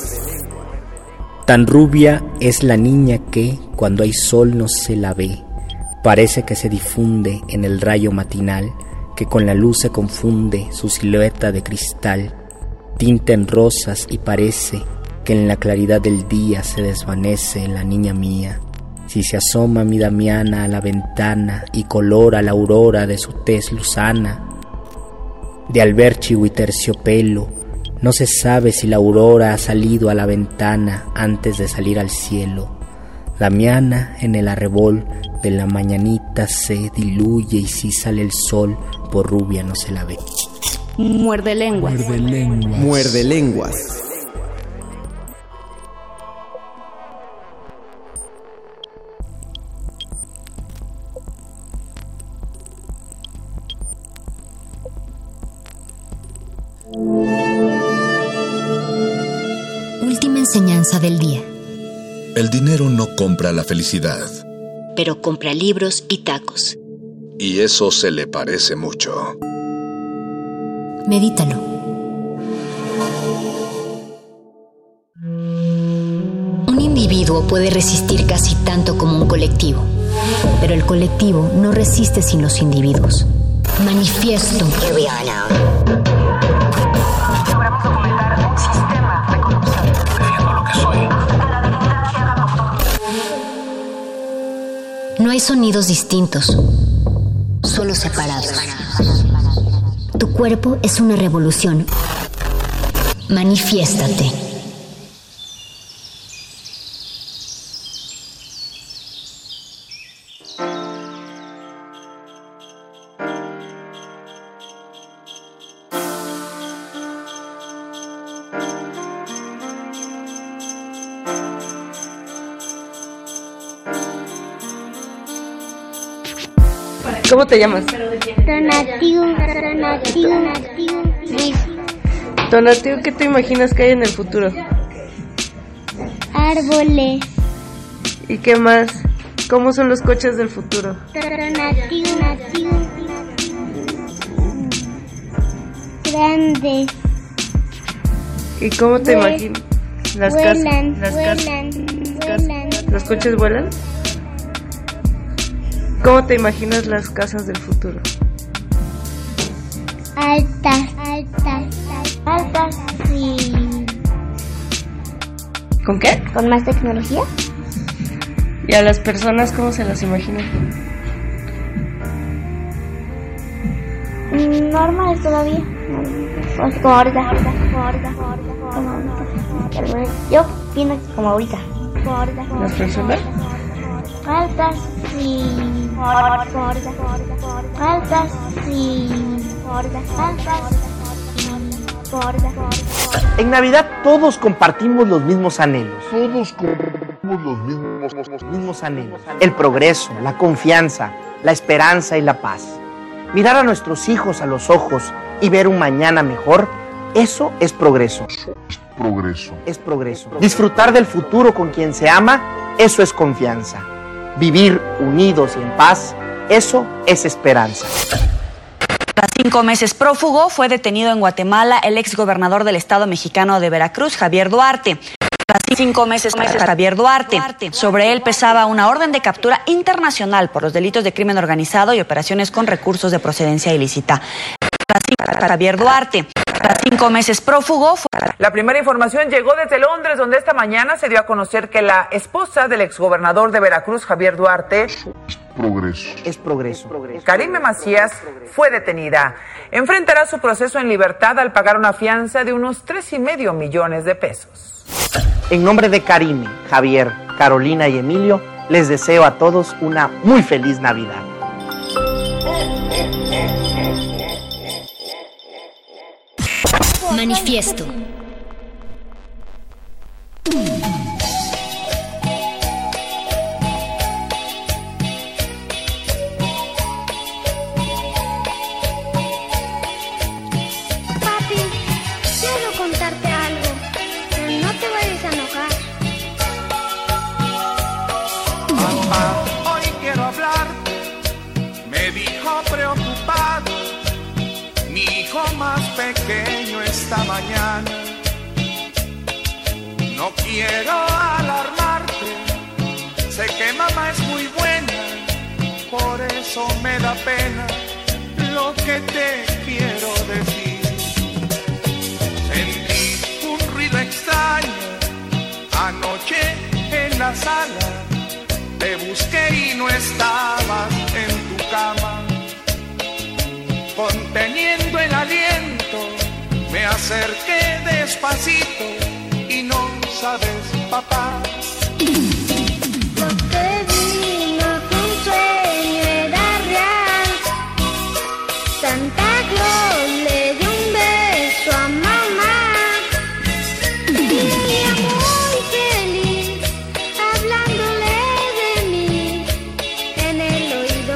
Tan rubia es la niña que, cuando hay sol no se la ve. Parece que se difunde en el rayo matinal, que con la luz se confunde su silueta de cristal. Tinta en rosas y parece que en la claridad del día se desvanece la niña mía. Si se asoma mi Damiana a la ventana y colora la aurora de su tez luzana, de albérchigo y terciopelo, no se sabe si la aurora ha salido a la ventana antes de salir al cielo. Damiana en el arrebol de la mañanita se diluye y si sale el sol por rubia no se la ve. Muerde lenguas. Muerde lenguas. Muerde lenguas. Última enseñanza del día. El dinero no compra la felicidad, pero compra libros y tacos. y eso se le parece mucho. Medítalo. Un individuo puede resistir casi tanto como un colectivo, pero el colectivo no resiste sin los individuos. Manifiesto. Here we are now. Logramos documentar un sistema de corrupción. Defiendo lo que soy. No hay sonidos distintos, solo separados. Tu cuerpo es una revolución. Manifiéstate. ¿Cómo te llamas? Tonatiuh, Tonatiuh, Luis. Tonatiuh, ¿qué te imaginas que hay en el futuro? Árboles. ¿Y qué más? ¿Cómo son los coches del futuro? Tonatiuh, grandes. ¿Y cómo te Vuel- imaginas las vuelan, casas? Las vuelan, casas. vuelan. ¿Los coches vuelan? ¿Cómo te imaginas las casas del futuro? Altas, altas, altas, sí. ¿Con qué? ¿Con más tecnología? ¿Y a las personas cómo se las imaginan? Normales todavía. Pues como ahorita. Como ahorita. Como ahorita. Yo pienso como ahorita. Como ahorita. ¿Las personas? Altas y... Altas y... En Navidad todos compartimos los mismos anhelos. Todos compartimos los mismos, los mismos anhelos. El progreso, la confianza, la esperanza y la paz. Mirar a nuestros hijos a los ojos y ver un mañana mejor, eso es progreso. Progreso. Es progreso. Disfrutar del futuro con quien se ama, eso es confianza. Vivir unidos y en paz, eso es esperanza. Tras cinco meses prófugo, fue detenido en Guatemala el exgobernador del estado mexicano de Veracruz, Javier Duarte. Tras cinco meses, meses Javier Duarte. Sobre él pesaba una orden de captura internacional por los delitos de crimen organizado y operaciones con recursos de procedencia ilícita. Tras Javier Duarte. Tras cinco meses prófugo. Fue... La primera información llegó desde Londres, donde esta mañana se dio a conocer que la esposa del exgobernador de Veracruz, Javier Duarte, Progreso. Es progreso. Karime Macías, fue detenida. Enfrentará su proceso en libertad al pagar una fianza de unos tres y medio millones de pesos. En nombre de Karime, Javier, Carolina y Emilio, les deseo a todos una muy feliz Navidad. Manifiesto. Pequeño esta mañana, no quiero alarmarte, sé que mamá es muy buena, por eso me da pena lo que te quiero decir. Sentí un ruido extraño anoche en la sala, te busqué y no estabas en tu cama. Conteniendo el aliento, me acerqué despacito y no sabes, papá. Lo que vi no fue un sueño, era real. Santa Claus le dio un beso a mamá y ella muy feliz, hablándole de mí en el oído.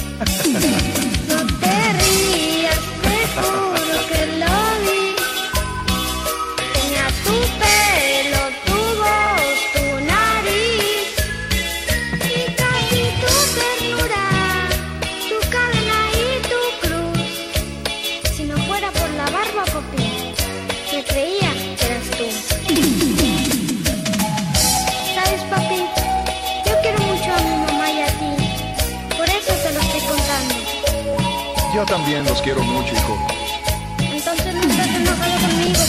Yo también los quiero mucho, hijo. Entonces no estás enojado conmigo.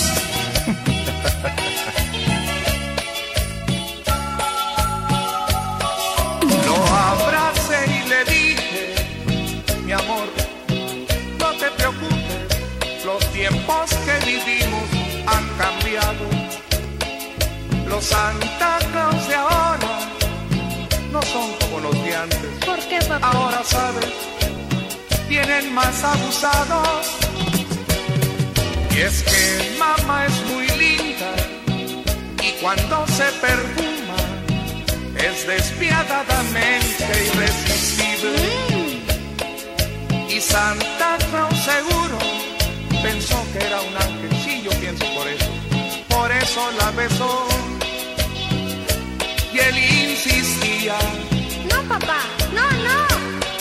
Lo abracé y le dije, mi amor, no te preocupes, los tiempos que vivimos han cambiado. Los Santa Claus de ahora no son como los de antes. ¿Por qué, papá? Ahora sabes, tienen más abusados. Y es que mamá es muy linda y cuando se perfuma es despiadadamente irresistible. Mm. Y Santa Claus seguro pensó que era un ángel. Sí, yo pienso por eso. Por eso la besó y él insistía. No, papá, no, no.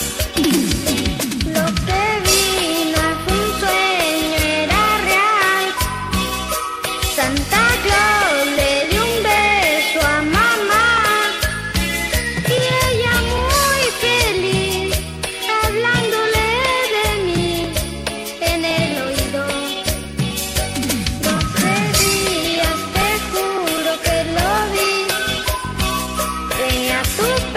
Lo que vi no fue un sueño, era real. Santa Claus le dio un beso a mamá y ella muy feliz, hablándole de mí en el oído. Doce días te juro que lo vi, tenía tu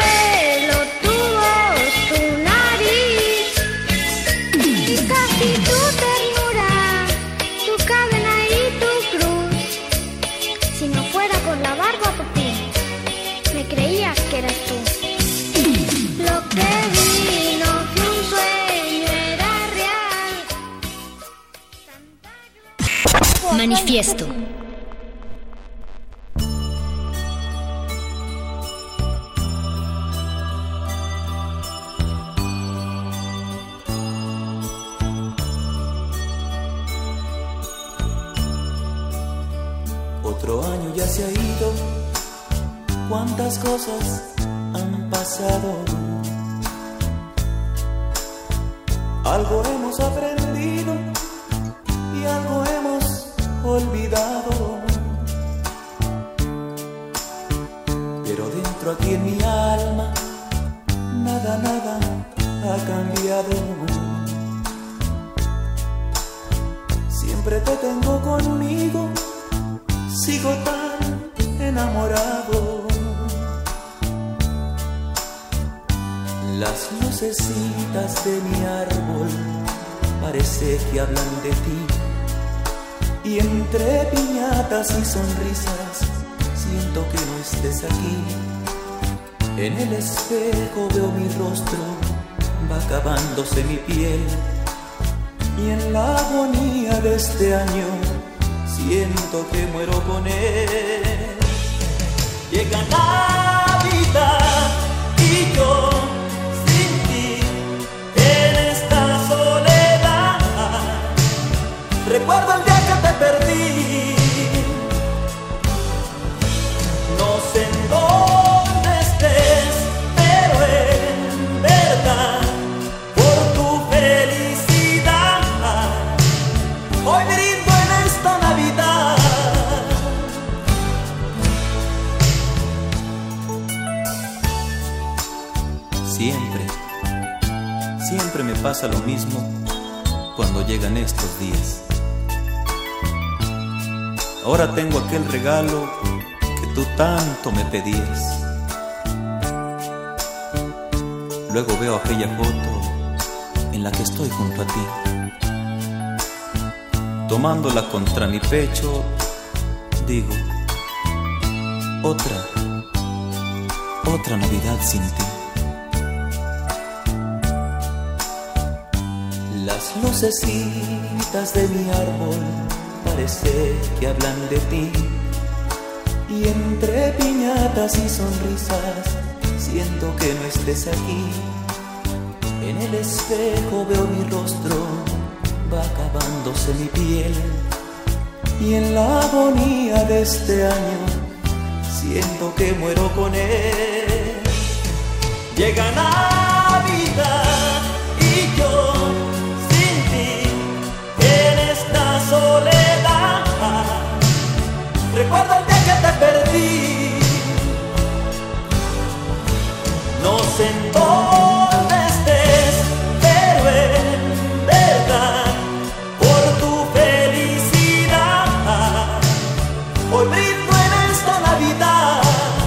fuera con la barba, papi. Me creía que eras tú. Lo que vi no fue un sueño, era real. Manifiesto. Otro año ya se ha ido, cuántas cosas han pasado. Algo hemos aprendido y algo hemos olvidado. Pero dentro aquí en mi alma, nada, nada ha cambiado. Siempre te tengo conmigo, sigo tan enamorado. Las lucecitas de mi árbol parece que hablan de ti, y entre piñatas y sonrisas siento que no estés aquí. En el espejo veo mi rostro, va acabándose mi piel, y en la agonía de este año siento que muero con él. Llega Navidad y yo sin ti en esta soledad. Recuerdo el día que te perdí. No sé en dónde estés, pero en verdad por tu felicidad hoy brindo en esta Navidad. Siempre, siempre me pasa lo mismo cuando llegan estos días. Ahora tengo aquel regalo que tú tanto me pedías. Luego veo aquella foto en la que estoy junto a ti, tomándola contra mi pecho, digo, otra, otra Navidad sin ti. Las lucecitas de mi árbol parece que hablan de ti, y entre piñatas y sonrisas siento que no estés aquí. En el espejo veo mi rostro, va acabándose mi piel, y en la agonía de este año siento que muero con él. Llega Navidad y yo sin ti en esta soledad. Recuerdo el día que te perdí. No sé en dónde estés, pero en verdad por tu felicidad hoy brindo en esta Navidad.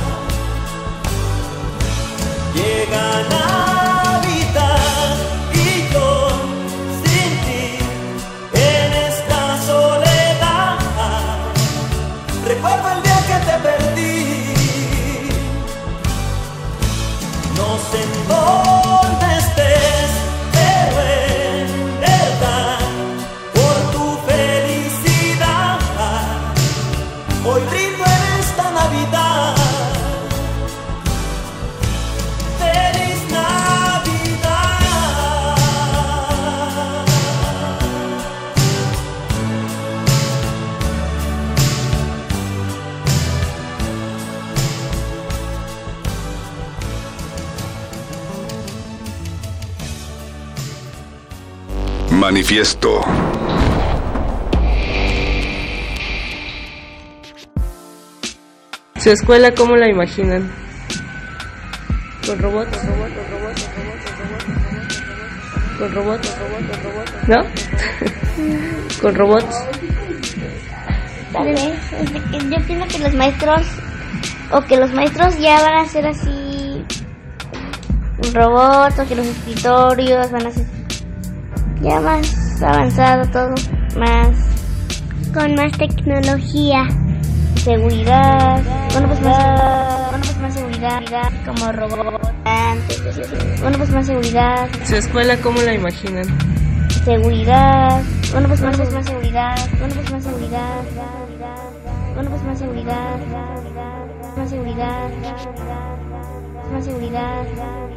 Llega Navidad y yo sin ti en esta soledad. Recuerdo el día que te perdí. No sé en dónde estés, pero en verdad por tu felicidad hoy brindo en esta Navidad. ¡Feliz Navidad! Manifiesto. ¿Su escuela cómo la imaginan? Con robots, con robots, con robots, con robots, con robots, ¿no? Con robots. Tal vez, yo pienso que los maestros, o que los maestros ya van a ser así robots, o que los escritorios van a ser ya más avanzado todo, más con más tecnología. seguridad, bueno pues más, bueno pues más seguridad, como robot, bueno pues más seguridad. ¿Su escuela cómo la imaginan? Seguridad, bueno pues más, más seguridad, bueno pues más seguridad, bueno pues más seguridad, más seguridad, más seguridad.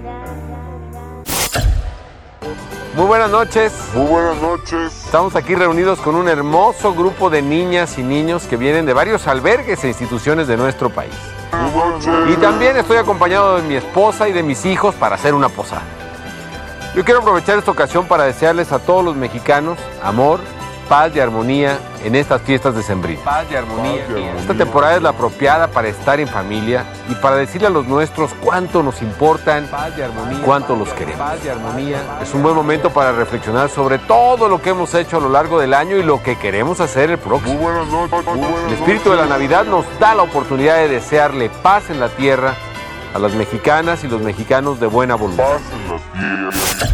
Muy buenas noches. Muy buenas noches. Estamos aquí reunidos con un hermoso grupo de niñas y niños que vienen de varios albergues e instituciones de nuestro país. Y también estoy acompañado de mi esposa y de mis hijos para hacer una posada. Yo quiero aprovechar esta ocasión para desearles a todos los mexicanos amor, paz y armonía en estas fiestas decembrinas. Paz y armonía. Esta temporada es la apropiada para estar en familia y para decirle a los nuestros cuánto nos importan y cuánto los queremos. Paz y armonía. Es un buen momento para reflexionar sobre todo lo que hemos hecho a lo largo del año y lo que queremos hacer el próximo. Muy buenas noches. Muy buenas El espíritu de la Navidad nos da la oportunidad de desearle paz en la tierra a las mexicanas y los mexicanos de buena voluntad. Paz en la tierra.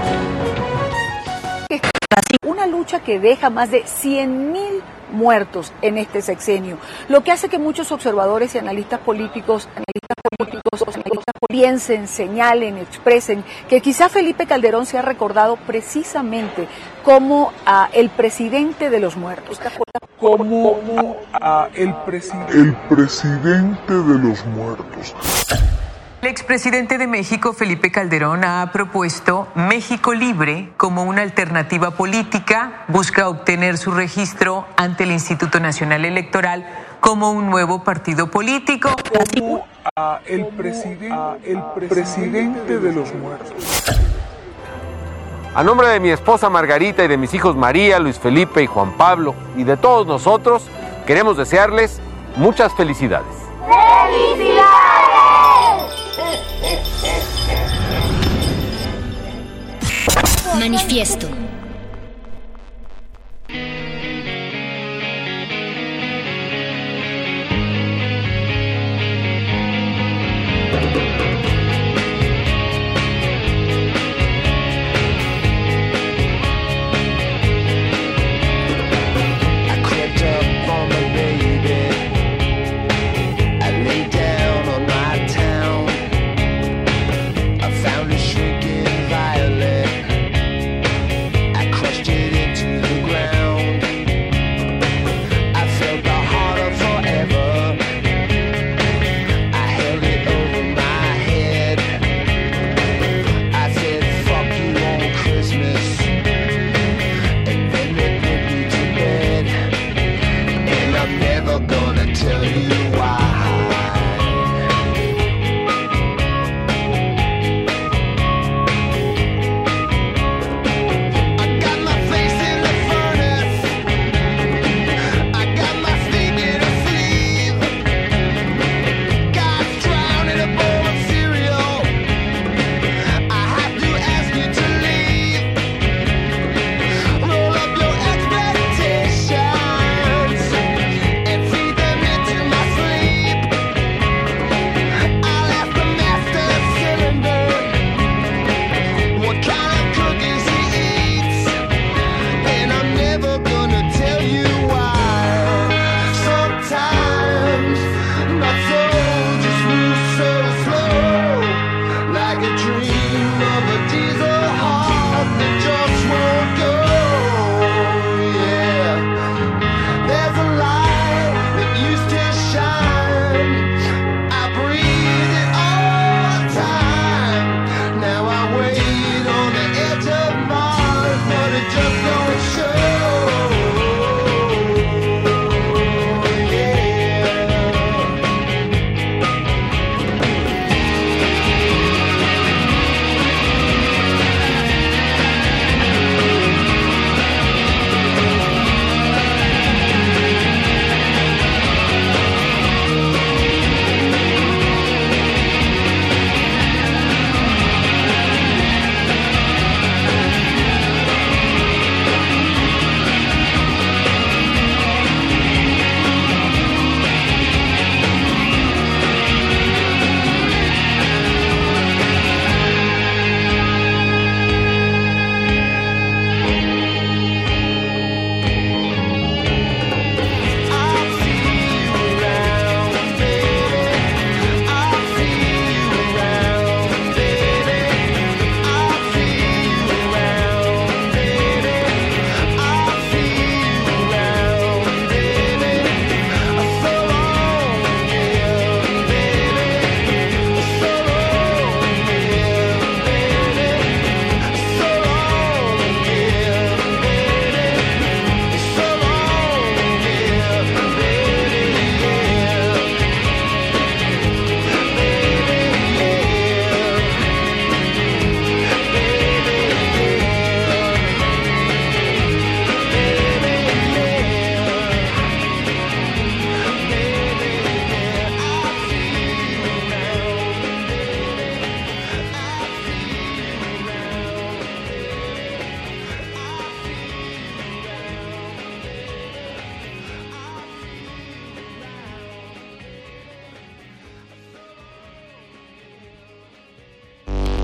Una lucha que deja más de cien mil muertos en este sexenio, lo que hace que muchos observadores y analistas políticos, analistas políticos, analistas piensen, señalen, expresen que quizá Felipe Calderón se ha recordado precisamente como uh, el presidente de los muertos. Como uh, el, presidente. el presidente de los muertos. El expresidente de México, Felipe Calderón, ha propuesto México Libre como una alternativa política. Busca obtener su registro ante el Instituto Nacional Electoral como un nuevo partido político. Como uh, el, presiden uh, el presidente de los muertos. A nombre de mi esposa Margarita y de mis hijos María, Luis Felipe y Juan Pablo y de todos nosotros, queremos desearles muchas felicidades. ¡Felicidades! Manifiesto.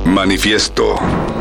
Manifiesto.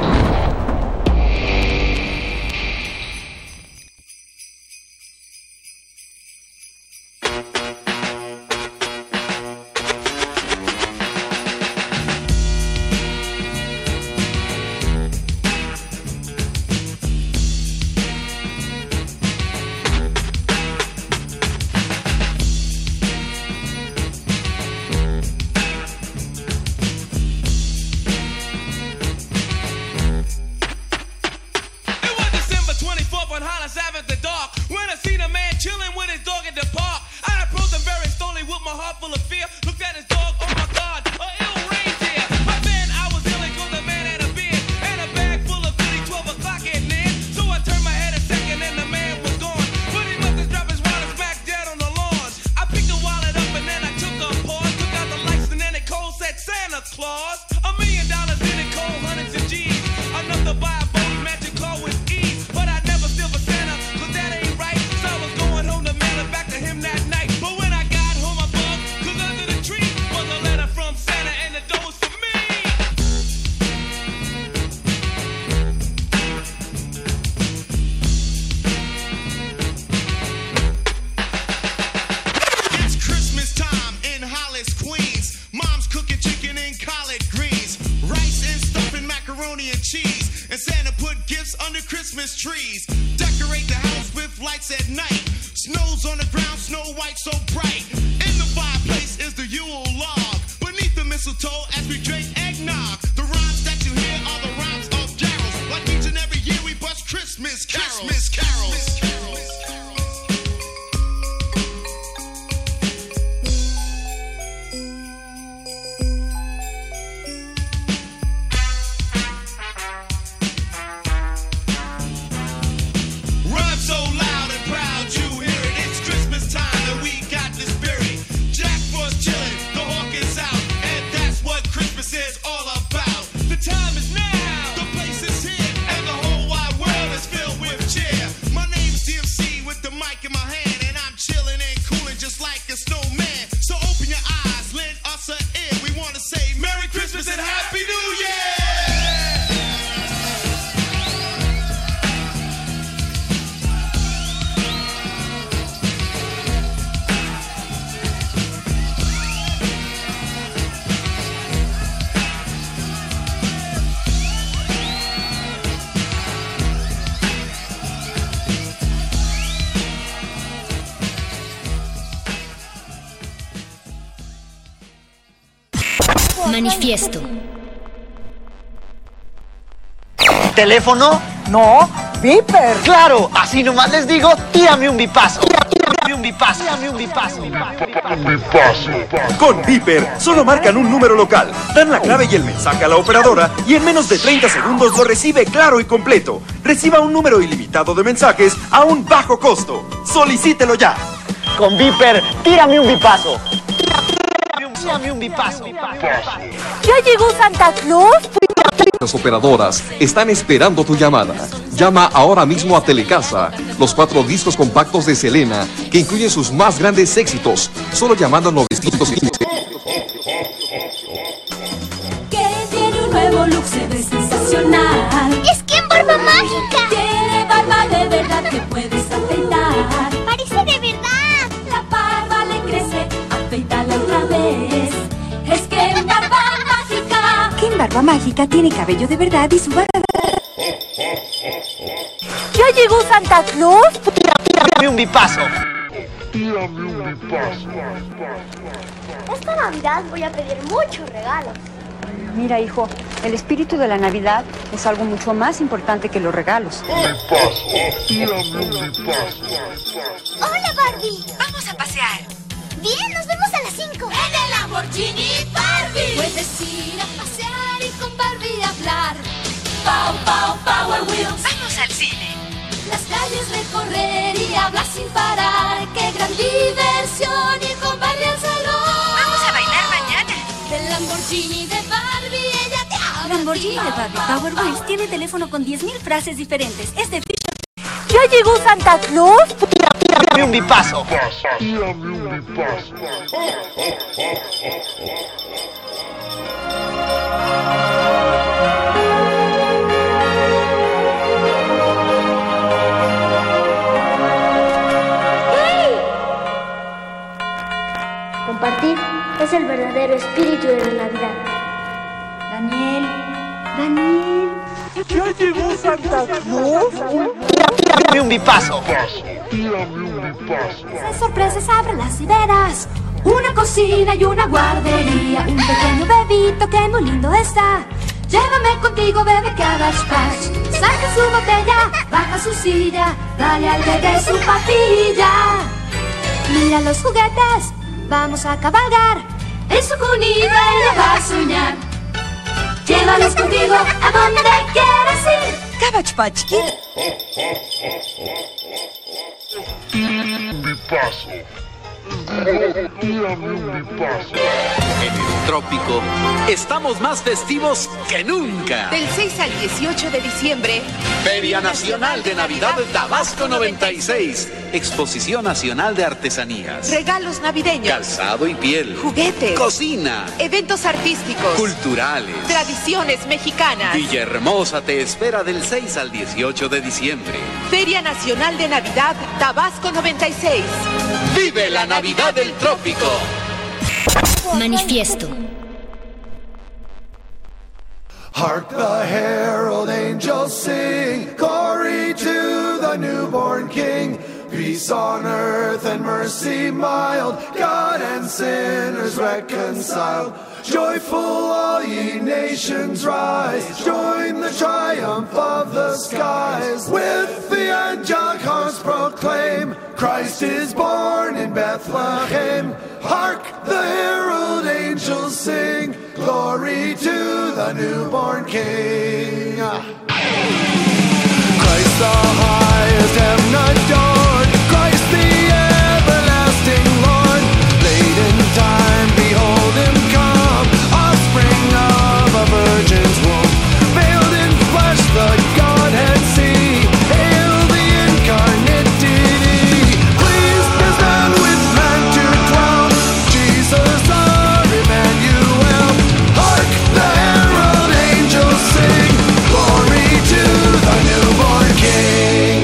Manifiesto. ¿Teléfono? No, Viper. Claro, así nomás les digo, tírame un bipazo. Tírame un bipazo. Tírame un bipazo. Un bipazo. Con Viper, solo marcan un número local, dan la clave y el mensaje a la operadora y en menos de treinta segundos lo recibe claro y completo. Reciba un número ilimitado de mensajes a un bajo costo. Solicítelo ya. Con Viper, tírame un bipazo. Tírame un bipazo. ¿Ya llegó Santa Claus? Las operadoras están esperando tu llamada. Llama ahora mismo a Telecasa. Los cuatro discos compactos de Selena, que incluyen sus más grandes éxitos, solo llamando al novecientos quince. Que tiene un nuevo look, se ve sensacional. ¡Es que en Barba Mágica! Tiene barba de verdad que puedes afeitar. ¡Parece de verdad! La barba le crece, afeítala otra vez. Es que en Barba Mágica. Que en Barba Mágica tiene cabello de verdad y su barba. ¿Ya llegó Santa Claus? Tírame un bipazo. Tírame un bipazo. Esta Navidad voy a pedir muchos regalos. Mira, hijo, el espíritu de la Navidad es algo mucho más importante que los regalos. Bipazo. Tírame un bipazo. Hola, Barbie. Vamos a pasear. Bien, nos vemos a las cinco. En el Lamborghini Barbie. Puedes ir a pasear y con Barbie hablar. Pow, pow, Power Wheels. Vamos al cine. Las calles recorrer y hablar sin parar. ¡Qué gran diversión! Ir con Barbie al salón. Vamos a bailar mañana. El Lamborghini de Barbie, ella te habla. Lamborghini de Barbie Power Wheels tiene teléfono con diez mil frases diferentes. Es de... ¿Ya llegó Santa Claus? Tírame un bipazo. Tírame un bipazo. es el verdadero espíritu de la Navidad. Daniel, Daniel. ¿Ya llegó Santa Claus? Tírame un bipazo. Tírame un bipazo. Esas sorpresas abren las y verás. Una cocina y una guardería. Un pequeño bebito que muy lindo está. Llévame contigo, bebé Cabbage Patch. Saca su botella, baja su silla. Dale al bebé su papilla. Mira los juguetes, vamos a cabalgar. En su cunita ella va a soñar. Llévalos contigo a donde quieras ir. Cabbage Patch Kid. Un bipazo. Tírame un bipazo. En el trópico estamos más festivos que nunca. Del seis al dieciocho de diciembre, Feria Nacional de Navidad Tabasco noventa y seis. Exposición Nacional de Artesanías. regalos navideños, Calzado y piel. juguetes, Cocina. eventos artísticos, Culturales. tradiciones mexicanas. Villahermosa te espera del seis al dieciocho de diciembre. Feria Nacional de Navidad Tabasco noventa y seis. ¡Vive la Navidad del Trópico! Manifiesto. Hark the herald angels sing, glory to the newborn King. Peace on earth and mercy mild, God and sinners reconciled. Joyful all ye nations rise, join the triumph of the skies. With the angelic horns proclaim, Christ is born in Bethlehem. Hark the herald angels sing, glory to the newborn King. Christ the highest heaven adored, Christ the everlasting Lord. Late in time, behold him come, offspring of a virgin's womb. Veiled in flesh, the Godhead see, hail the incarnate deity. Pleased is man with man to dwell, Jesus our Emmanuel. Hark the herald angels sing, glory to the newborn King.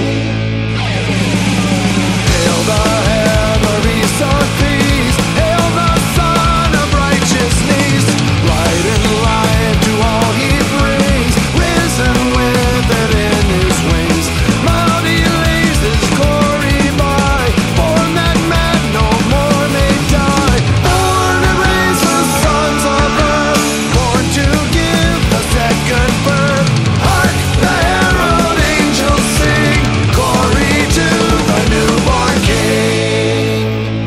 Hail the heavenly Son of peace, hail the Son of righteousness. Light and light to all he brings, risen with it in his wings. Mount he lays his glory by, born that man no more may die. Born to raise the sons of earth, born to give the second birth. Hark the herald angels sing, glory to the newborn King.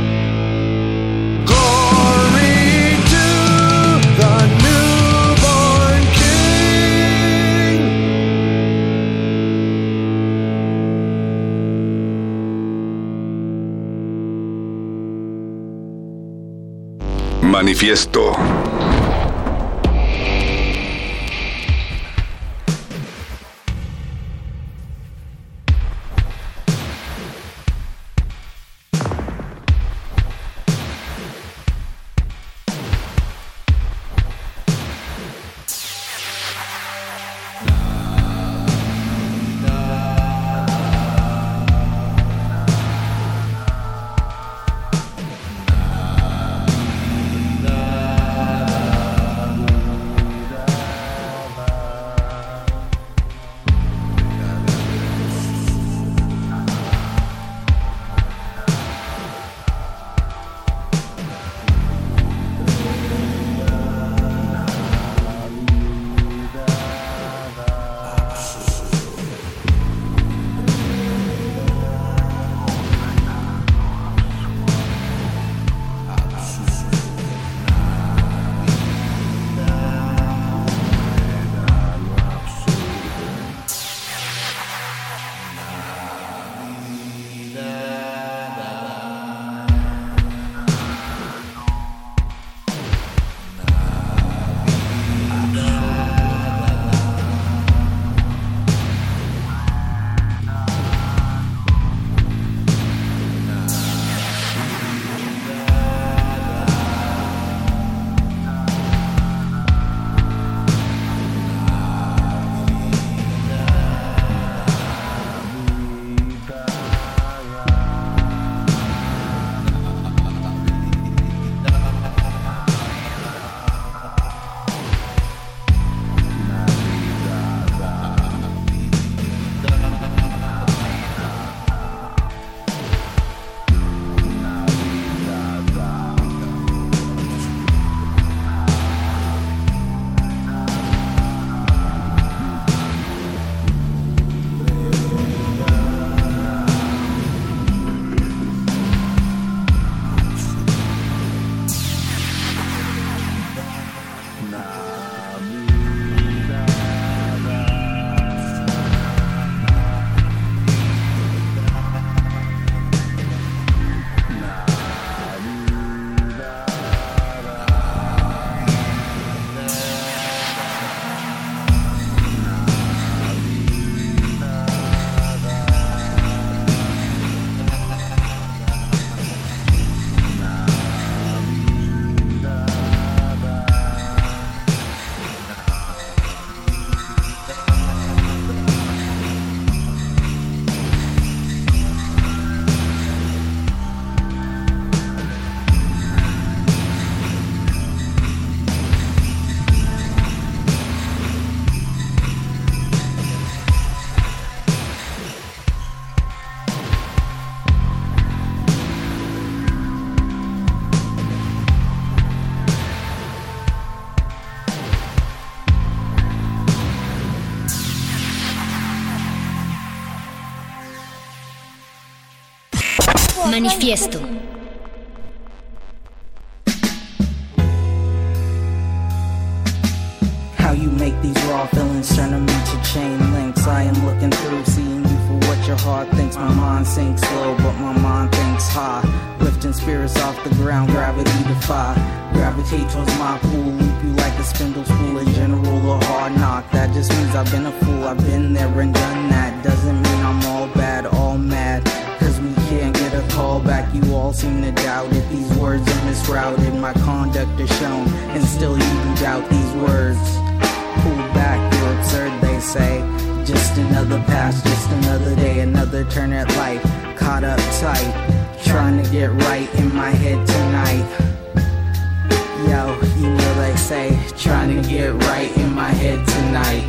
Glory to the newborn King. Manifiesto. Manifiesto. How you make these raw feelings turn them into chain links. I am looking through, seeing you for what your heart thinks. My mind sinks slow, but my mind thinks high. Lifting spirits off the ground, gravity defy. Gravitate towards my pool, loop you like a spindle spool. A general or hard knock, that just means I've been a fool. I've been there and done that. Doesn't mean I'm all bad, all mad. Cause we can't get a call back. You all seem to doubt it. These words are misrouted, my conduct is shown, and still you do doubt these words. Pull back, you're absurd, they say. Just another pass, just another day, another turn at life. Caught up tight, trying to get right in my head tonight. Yo, you know they say, trying to get right in my head tonight.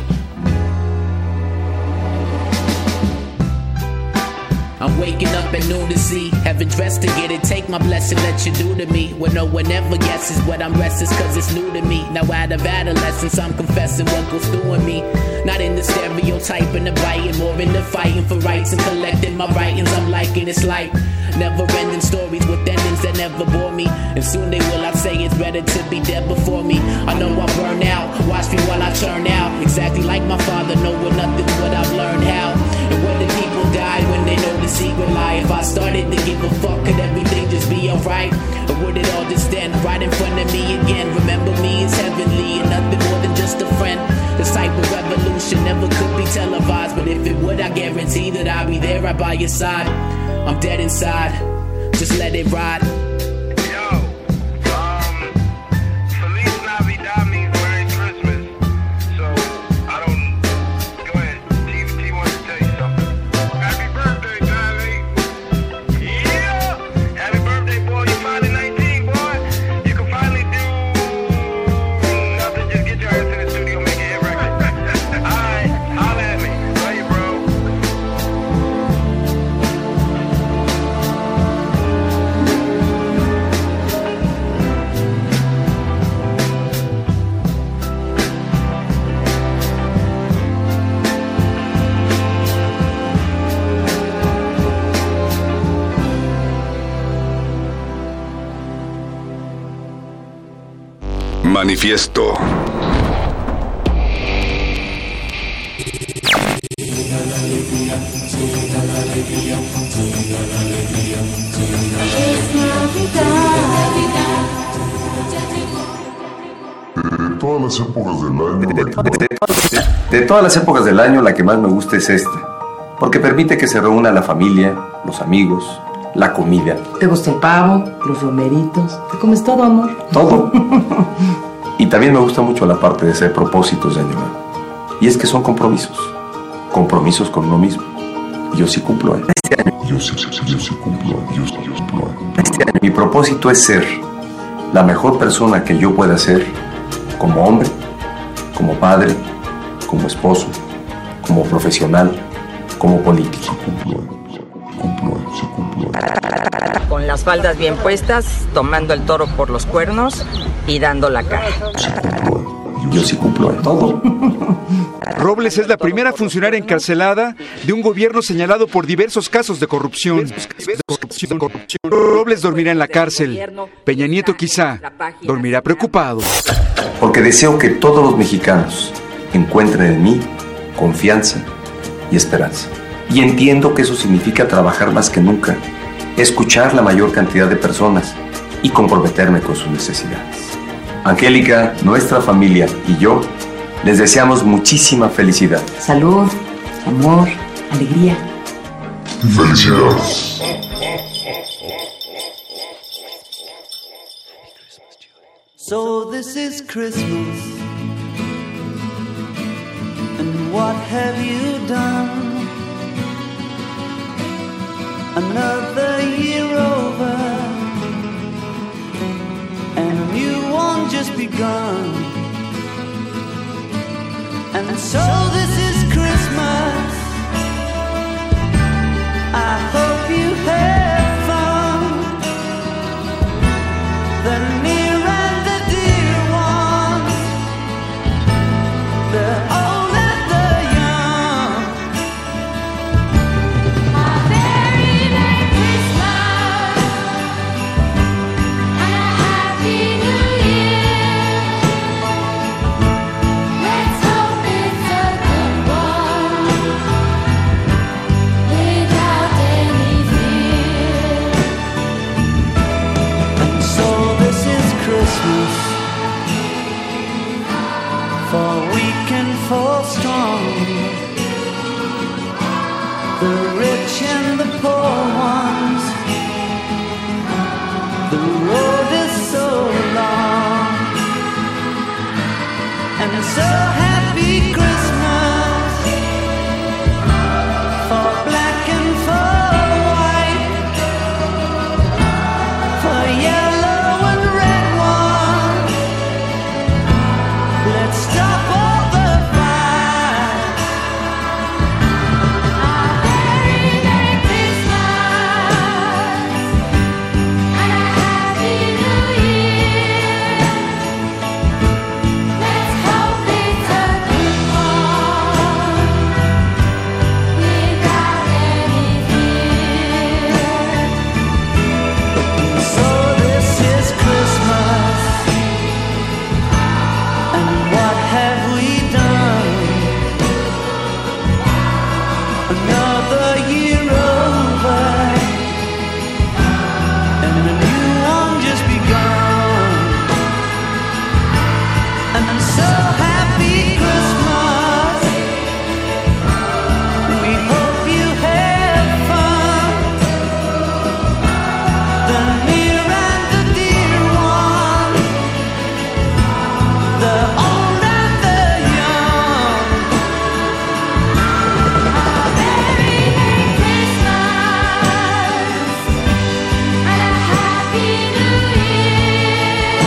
I'm waking up at noon to see, heaven dressed to get it. Take my blessing, let you do to me. When no one ever guesses what I'm restless, cause it's new to me. Now out of adolescence, I'm confessing what goes through in me. Not in the stereotype and the biting, more in the fighting for rights and collecting my writings. I'm liking it's like never ending stories with endings that never bore me. And soon they will, I'd say it's better to be dead before me. I know I burn out, watch me while I turn out. Exactly like my father, knowing nothing's what I've learned how. And when the people die, when they know the secret lie. If I started to give a fuck, could everything just be alright? Or would it all just stand right in front of me again? Remember me as heavenly and nothing more than just a friend. This type of revolution never could be televised, but if it would, I guarantee that I'll be there right by your side. I'm dead inside, just let it ride. Manifiesto. De todas las épocas del año, la que más... De todas las épocas del año, la que más me gusta es esta, porque permite que se reúna la familia, los amigos, la comida. ¿Te gusta el pavo, los romeritos? ¿Te comes todo, amor? Todo. Y también me gusta mucho la parte de hacer propósitos de año nuevo. Y es que son compromisos. Compromisos con uno mismo. Y yo sí cumplo, ¿eh? Este año. Yo sí, yo sí cumplo, yo sí cumplo. Este año mi propósito es ser la mejor persona que yo pueda ser, como hombre, como padre, como esposo, como profesional, como político. Con las faldas bien puestas, tomando el toro por los cuernos y dando la cara. Yo sí cumplo en todo. Robles es la primera funcionaria encarcelada de un gobierno señalado por diversos casos de corrupción. Robles dormirá en la cárcel. Peña Nieto quizá dormirá preocupado. Porque deseo que todos los mexicanos encuentren en mí confianza y esperanza. Y entiendo que eso significa trabajar más que nunca, escuchar la mayor cantidad de personas y comprometerme con sus necesidades. Angélica, nuestra familia y yo les deseamos muchísima felicidad. Salud, amor, alegría. Y felicidades. So this is Christmas, and what have you done? Another year over, and a new one just begun. And so this is Christmas. I hope you have fun. The near and the dear ones, the old and the young. A very Merry Christmas. fall strong. The rich and the poor ones. The road is so long. And so happy Christmas for black and for white, for yellow and red one. Let's stop all the fight. A very Merry Christmas and a Happy New Year. Let's hope it's a good one without any fear. So this is Christmas, and what have we done? Another year over, and a new one just begun. And I'm so happy Christmas. We hope you have fun. The near and the dear one, the old and the young. A very Merry Christmas and a Happy New Year.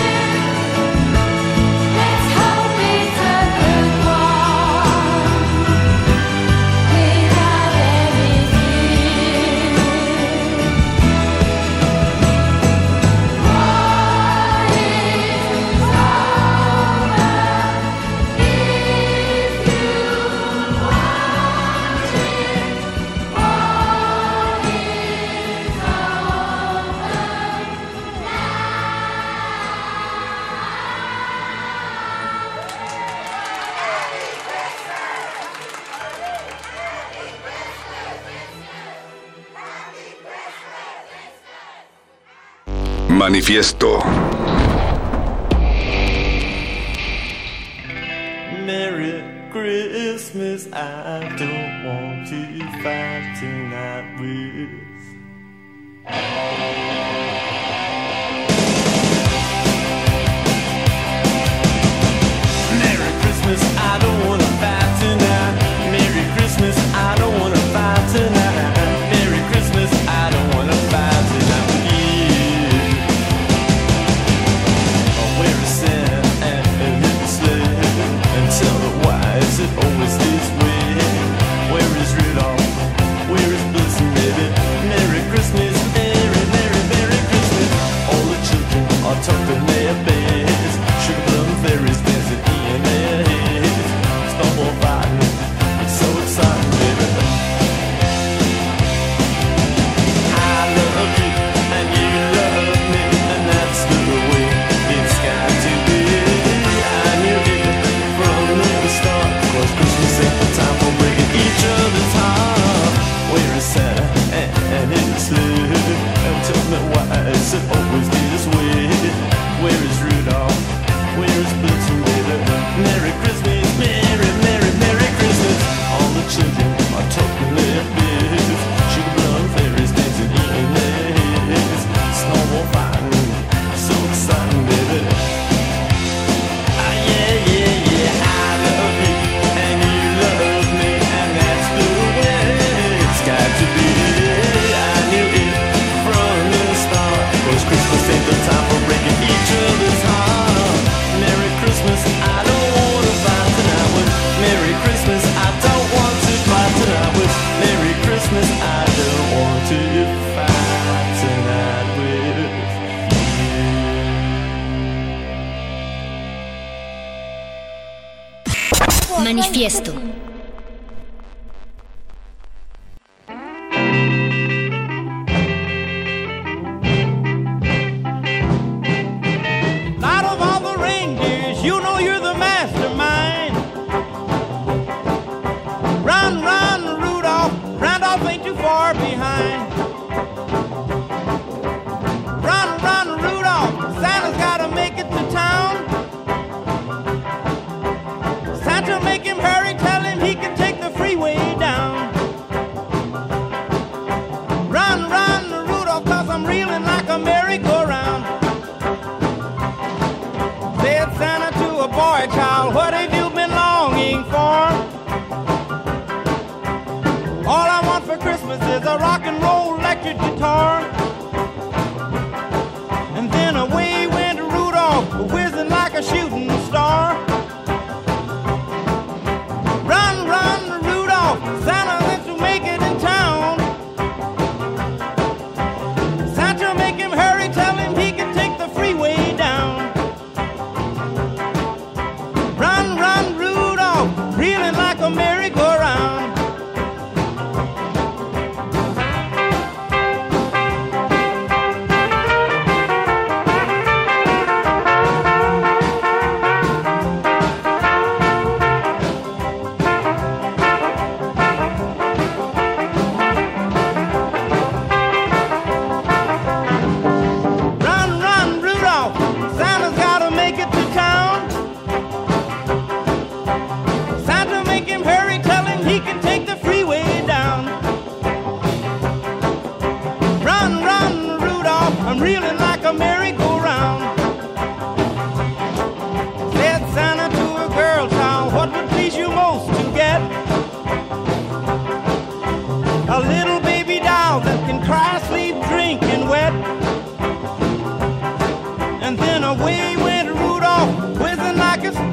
Let's hope it's a good one without any fear. Manifiesto. Merry Christmas, I don't want to fight tonight with. Merry Christmas, I don't want to fight tonight. Merry Christmas, I don't want to fight tonight. Merry Christmas, I don't want to fight tonight with you. Where is Santa and his sled? And tell me why is it always this way? Where is Rudolph? Where is Blitzen, baby? Merry Christmas, Merry, Merry, Merry Christmas. All the children are tucked in their beds. Sugar plum fairies dancing in their heads. Snowball fighting, it's so exciting, baby. I love you and you love me, and that's the way it's got to be. I knew it from the start, 'cause Christmas ain't the time for breaking each other's heart. Where is Santa and, and his sled? And tell me why is it always this way? Where is Rudolph? Where is Blitzen, baby? Merry Christmas, Merry, Merry, Merry Christmas. All the children are talking their beds. Sugar plum fairies dancing in their heads. Snowball fighting, so exciting, baby. Ah, yeah, yeah, yeah, I love you and you love me, and that's the way it's got to be. I knew it from the start, 'cause Christmas ain't the time for breaking each other's heart. Merry Christmas, I don't want to fight tonight with. Merry Christmas, I don't want to fight tonight with. Merry Christmas, I don't want to fight tonight with. Manifiesto. Out of all the reindeers, you know you're the mastermind. Run, run, Rudolph. Randolph ain't too far behind. Run, run, Rudolph. Santa's gotta make it to town. Santa, make him hurry.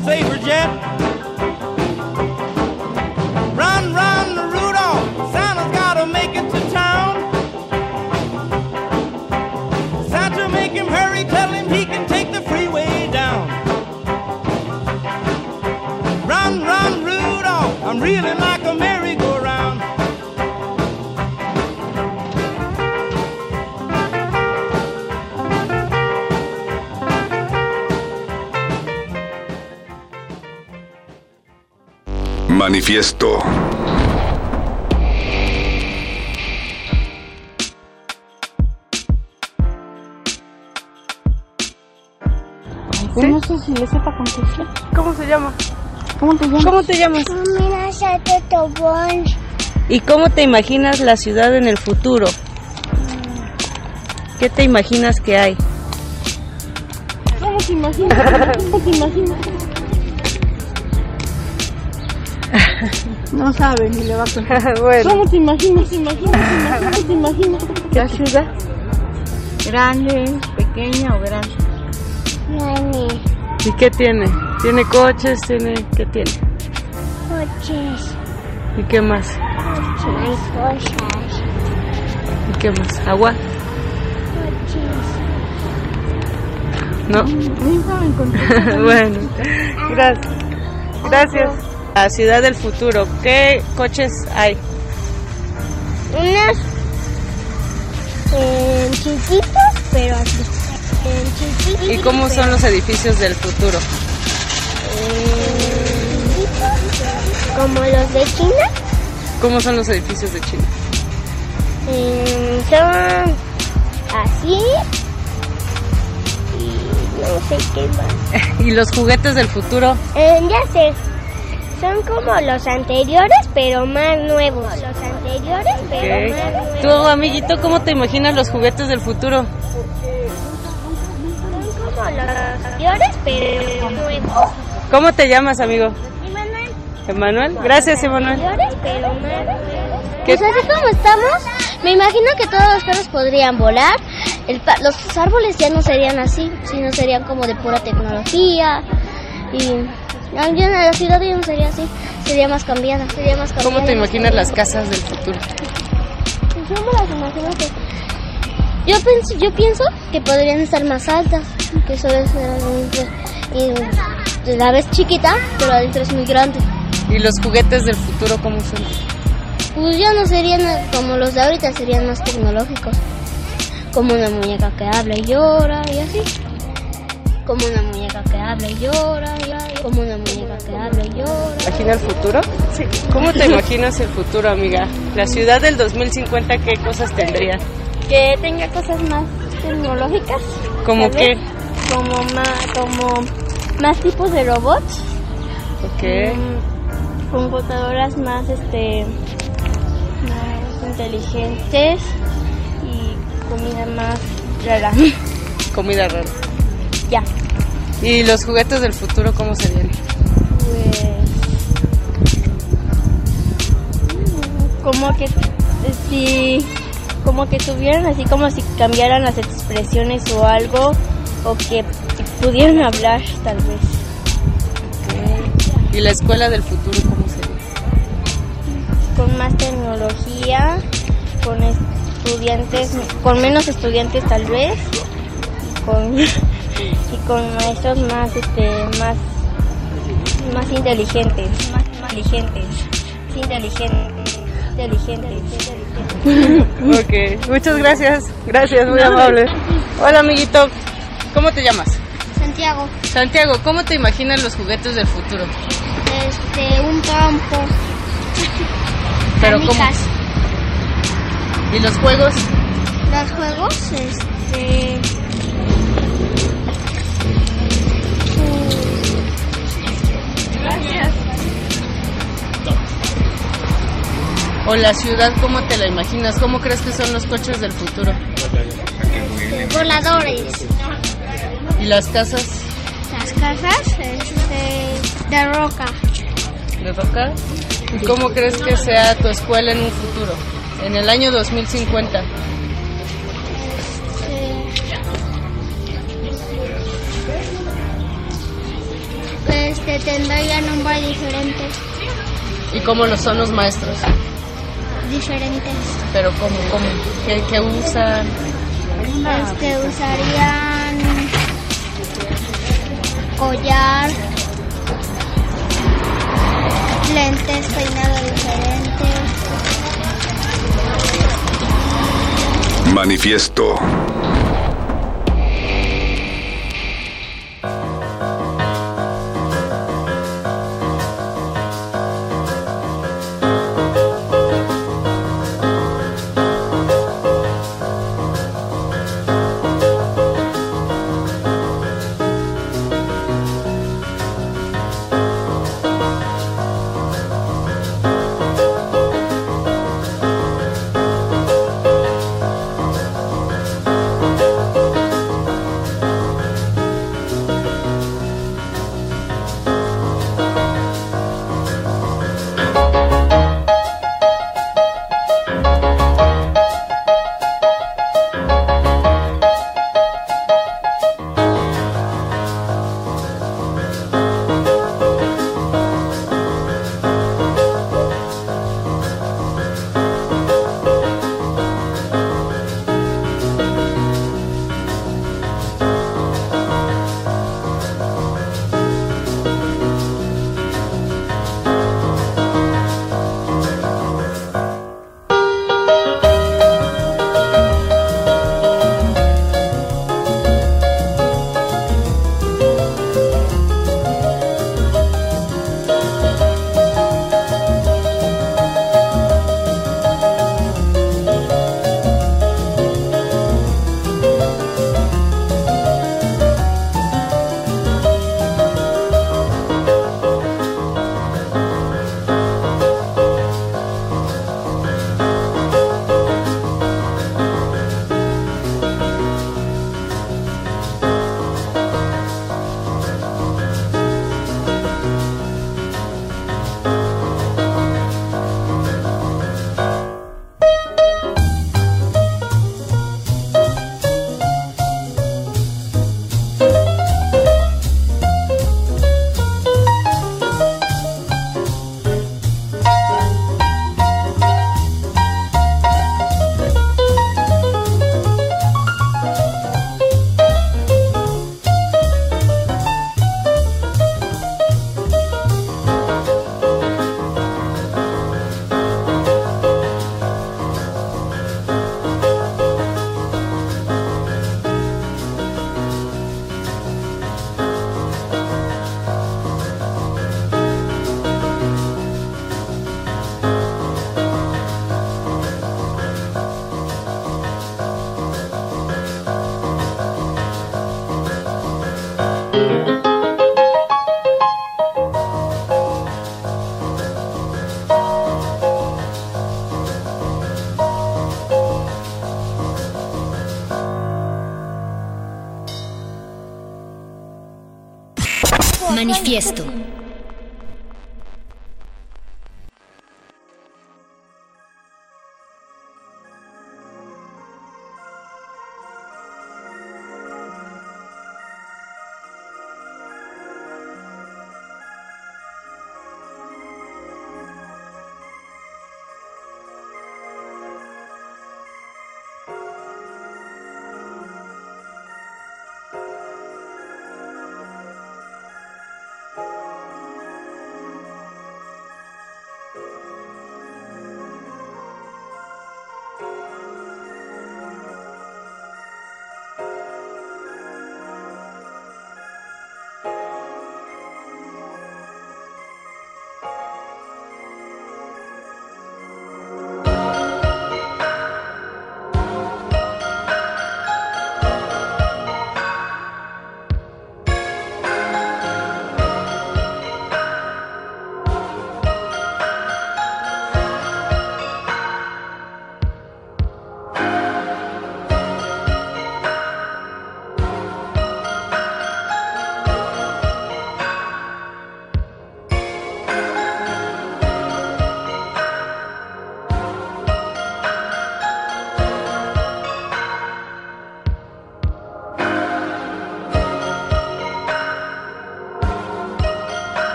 safer jet. Run, run, Rudolph, Santa's gotta make it to town. Santa, make him hurry, tell him he can take the freeway down. Run, run, Rudolph, I'm reeling like a merry-go-round. Manifiesto. Yo no sé si le sepa contestar. ¿Cómo se llama? ¿Cómo te llamas? ¿Cómo te llamas? ¿Y cómo te imaginas la ciudad en el futuro? ¿Qué te imaginas que hay? ¿Cómo te imaginas? ¿Cómo te imaginas? No sabe ni le va a contar. Bueno. ¿Cómo te imaginas? ¿Te imaginas? ¿Cómo te imaginas? ¿La ciudad? ¿Grande, pequeña o grande? Grande. ¿Y qué tiene? ¿Tiene coches? ¿Tiene qué tiene? Coches. ¿Y qué más? Más cosas. ¿Y qué más? ¿Agua? Coches. ¿No? No saben contestar. Bueno, gracias. Gracias. La ciudad del futuro, ¿qué coches hay? Unos eh, chiquitos, pero así. Eh, chiquitos, ¿Y cómo son los edificios del futuro? Eh, como los de China. ¿Cómo son los edificios de China? Eh, son así. Y no sé qué más. ¿Y los juguetes del futuro? Eh, ya sé. Son como los anteriores, pero más nuevos. Los anteriores, pero Okay. más nuevos. ¿Tú, amiguito, cómo te imaginas los juguetes del futuro? Son como los anteriores, pero nuevos. ¿Cómo te llamas, amigo? Emanuel. ¿Emanuel? Gracias, Emanuel. Anteriores, pero más nuevos. ¿Qué? Pues así como estamos, me imagino que todos los carros podrían volar. El pa- los árboles ya no serían así, sino serían como de pura tecnología. Y ya la ciudad ya no sería así, sería más cambiada, sería más cambiada. ¿Cómo te imaginas las casas del futuro? Yo me las imagino que... Yo pienso, yo pienso que podrían estar más altas, que solo serán y la vez chiquita, pero adentro es muy grande. ¿Y los juguetes del futuro cómo son? Pues ya no serían como los de ahorita, serían más tecnológicos. Como una muñeca que habla y llora y así. Como una muñeca que habla y llora, y como una muñeca que habla y llora. ¿Imagina el futuro? Sí. ¿Cómo te imaginas el futuro, amiga? La ciudad del dos mil cincuenta, ¿qué cosas tendría? Que tenga cosas más tecnológicas. ¿Cómo qué? Como más, como más tipos de robots. Ok. Mm, computadoras más, este, más inteligentes y comida más rara. Comida rara. Ya. ¿Y los juguetes del futuro cómo serían? Pues como que si como que tuvieran así como si cambiaran las expresiones o algo, o que pudieran hablar tal vez. Okay. ¿Y la escuela del futuro cómo sería? Con más tecnología, con estudiantes, con menos estudiantes tal vez, y con y con maestros más este más más inteligentes, más inteligentes, inteligentes, inteligentes. Ok, muchas gracias, gracias, muy amable. Hola, amiguito, ¿cómo te llamas? Santiago. Santiago, ¿cómo te imaginas los juguetes del futuro? Este, un trompo. Pero ¿cómo? Canicas. ¿Y los juegos? Los juegos, este... Gracias. ¿O la ciudad cómo te la imaginas? ¿Cómo crees que son los coches del futuro? Voladores. ¿Y las casas? Las casas, este, de roca. ¿De roca? ¿Y cómo crees que sea tu escuela en un futuro? En el año dos mil cincuenta. Este, que tendría nombre diferente, ¿Y cómo lo son los maestros? diferentes. Pero ¿cómo, cómo? ¿Qué, qué usan? Este, usarían collar, lentes, peinado diferente. Manifiesto. Manifiesto.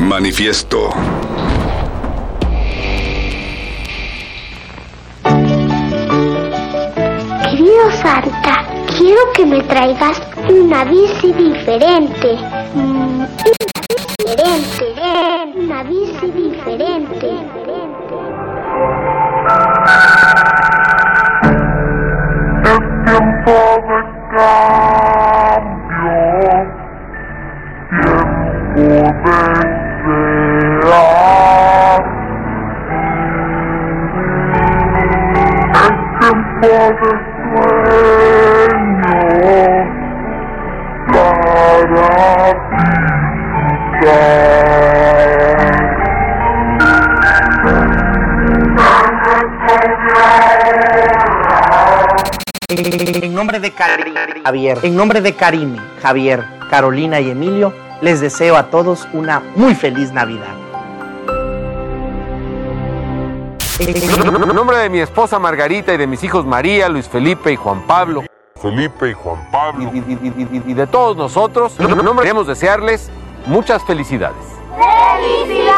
Manifiesto. Querido Santa, quiero que me traigas una bici diferente. Mm, diferente. Una bici diferente. En nombre de Cari- Javier, en nombre de Karime, Javier, Carolina y Emilio, les deseo a todos una muy feliz Navidad. En nombre de mi esposa Margarita y de mis hijos María, Luis Felipe y Juan Pablo, Felipe y Juan Pablo, y, y, y, y, y de todos nosotros, queremos desearles muchas felicidades. ¡Felicidades!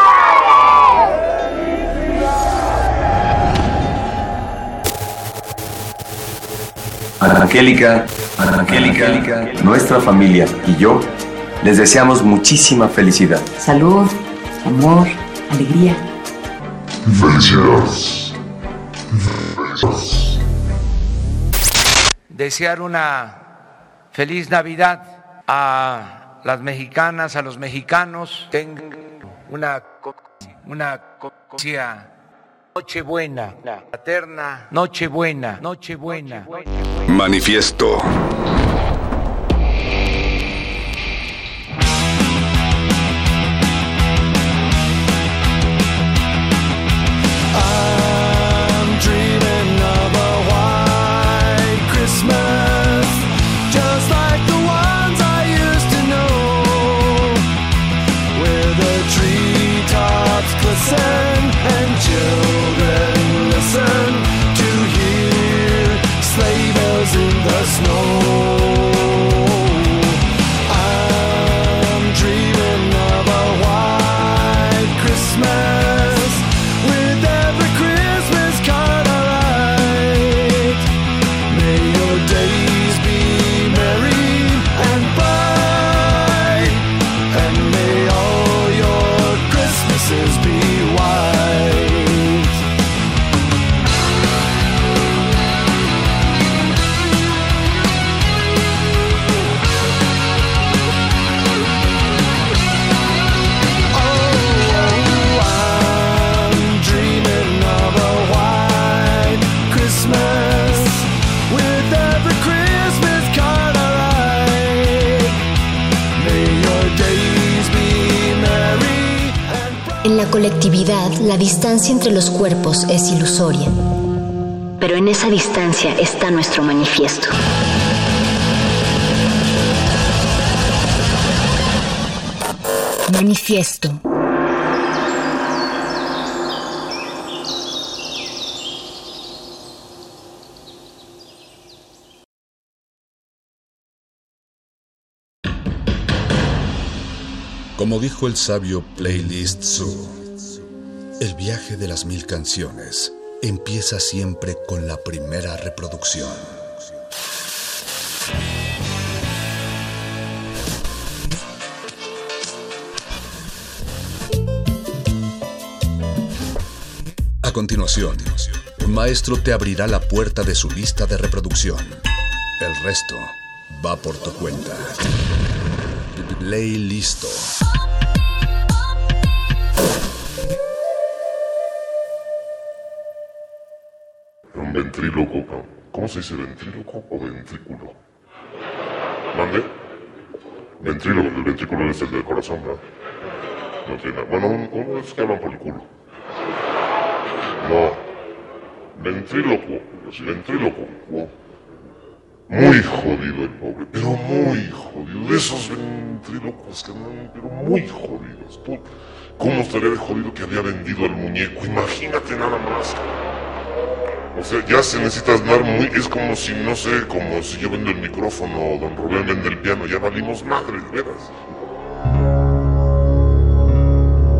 Angélica, Angélica, nuestra familia y yo les deseamos muchísima felicidad. Salud, amor, alegría. Felicidades. Felicidades. Desear una feliz Navidad a las mexicanas, a los mexicanos. Tengan una una Nochebuena, paterna, Nochebuena, Nochebuena. Manifiesto. I'm dreaming of a white Christmas, just like the ones I used to know, where the treetops glisten and children listen to hear sleigh bells in the snow. I'm dreaming of a white Christmas, with every Christmas card I write. May your days be merry and bright, and may all your Christmases be white. I'm dreaming of a white Christmas, with every Christmas card I write. May your days be merry and En la colectividad, la distancia entre los cuerpos es ilusoria. Pero en esa distancia está nuestro manifiesto. Manifiesto. Como dijo el sabio Playlist Zoo, el viaje de las mil canciones empieza siempre con la primera reproducción. A continuación, un maestro te abrirá la puerta de su lista de reproducción. El resto va por tu cuenta. Play listo. Un ventríloco, ¿cómo se dice? ¿Ventríloco o ventrículo? ¿Mande? Ventríloco, el ventrículo es el del corazón, ¿verdad? No tiene nada. Bueno, uno es que hablan por el culo. No. Ventríloco, sí, ventríloco. Wow. Muy jodido el pobre, pero muy jodido. De esos ventrílocos que andan, pero muy jodidos. Tú, ¿cómo estaría de jodido que había vendido el muñeco? Imagínate nada más. O sea, ya se necesita andar muy... Es como si, no sé, como si yo vendo el micrófono o Don Rubén vende el piano. Ya valimos madres, veras.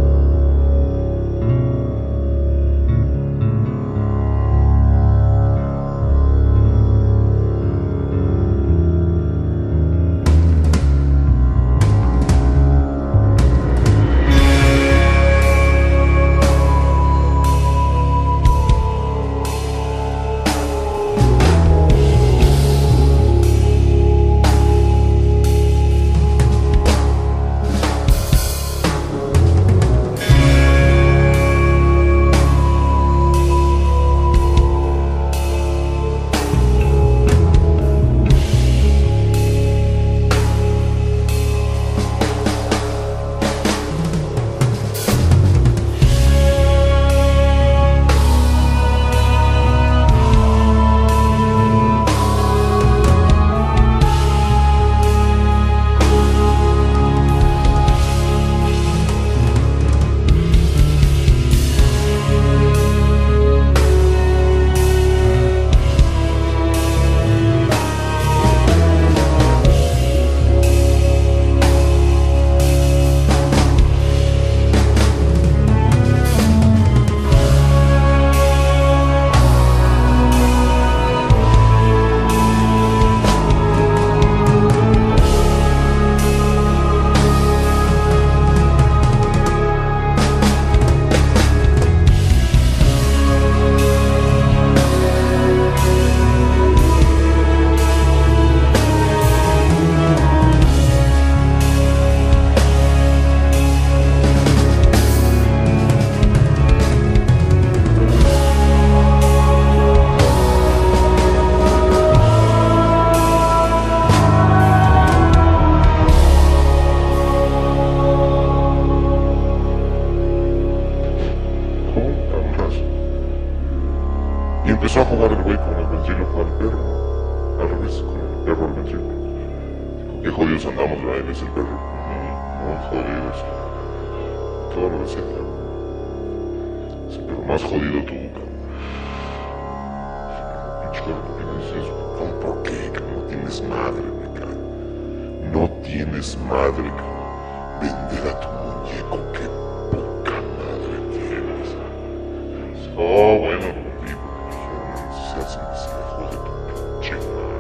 empezó a jugar el güey con el ventríloco al perro. Al revés, con el perro al ventríloco. Dijo, qué jodidos andamos, ¿verdad? Y ves el perro. Muy jodidos. Todo lo decía. Sí, pero más jodido tú, cabrón. Pinche cabrón, ¿por qué me dices eso? ¿Cómo por qué? No tienes madre, me cae. No tienes madre, cabrón. Vender a tu muñeco, qué poca madre tienes. Oh, bueno, contigo. Se hace un hijo de tu pinche madre.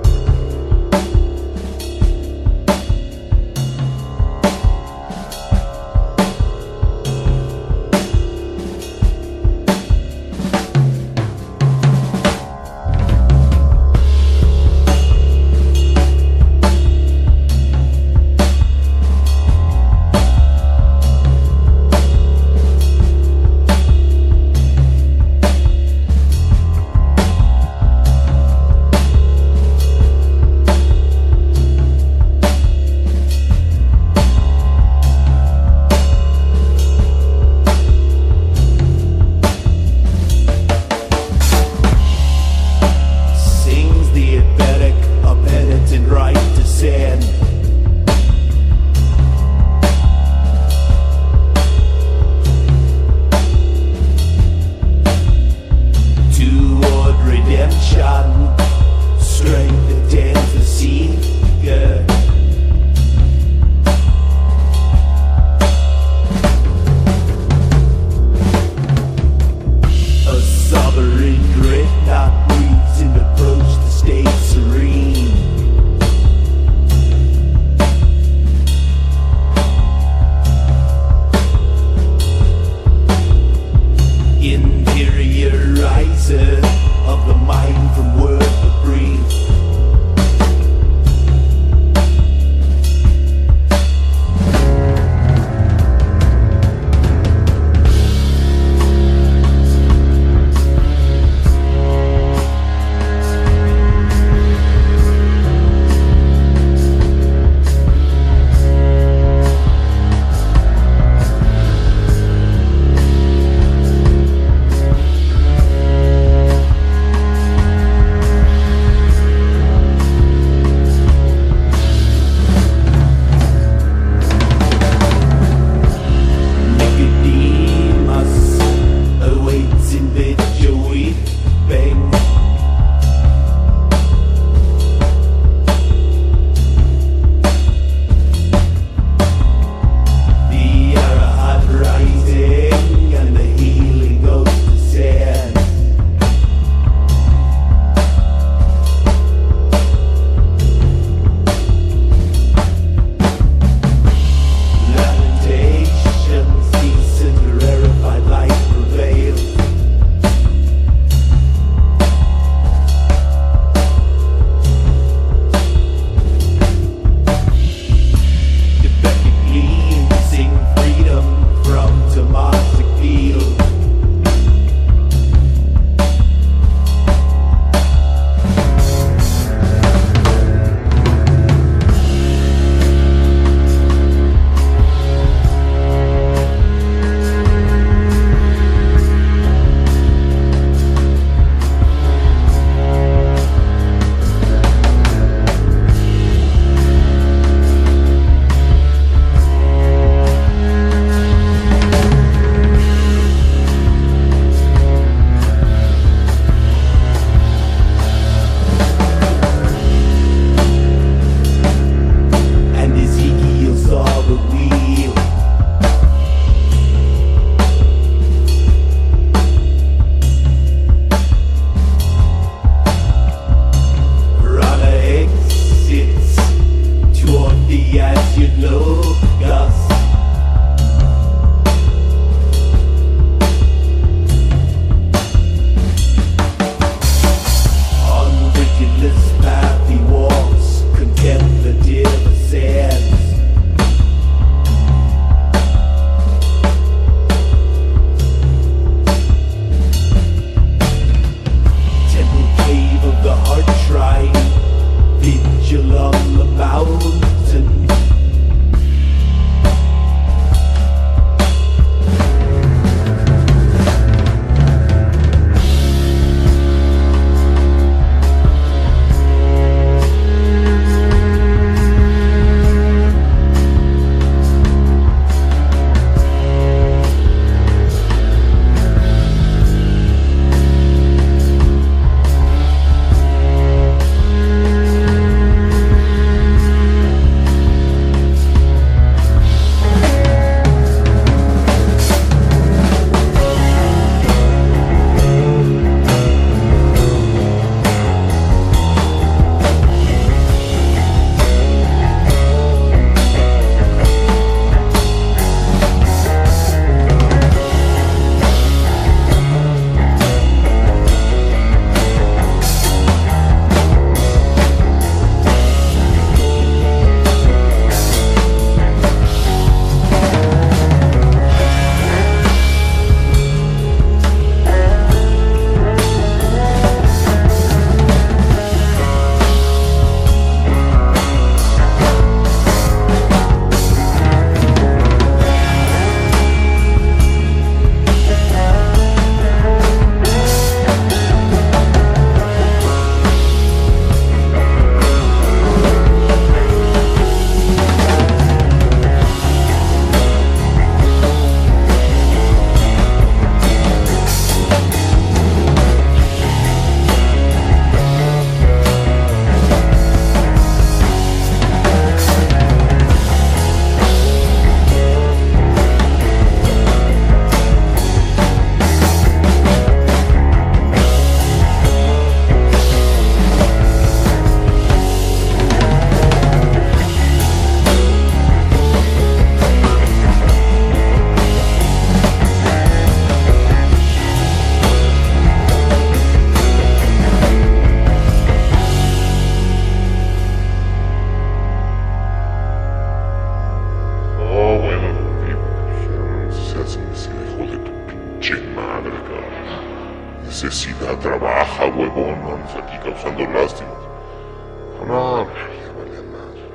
necesidad, trabaja, huevón, no andes aquí causando lástimas. No, no, ya vale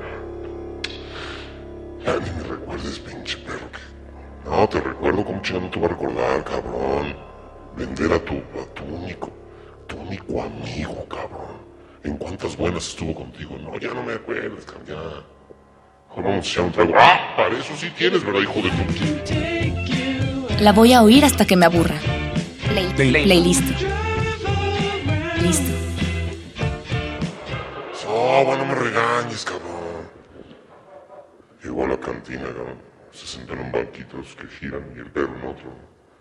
más. Ya ni me recuerdes, pinche perro. Que... No, te recuerdo como chingado te va a recordar, cabrón. Vender a tu, a tu único, tu único amigo, cabrón. ¿En cuántas buenas estuvo contigo? No, ya no me acuerdas, cabrón, ya. Mejor vamos a echar un trago. ¡Ah! Para eso sí tienes, ¿verdad, hijo de tu... La voy a oír hasta que me aburra. Play, play, play listo. Listo. Soba, no me regañes, cabrón. Llegó a la cantina, cabrón. Se sentó en un banquito, esos que giran, y el perro en otro.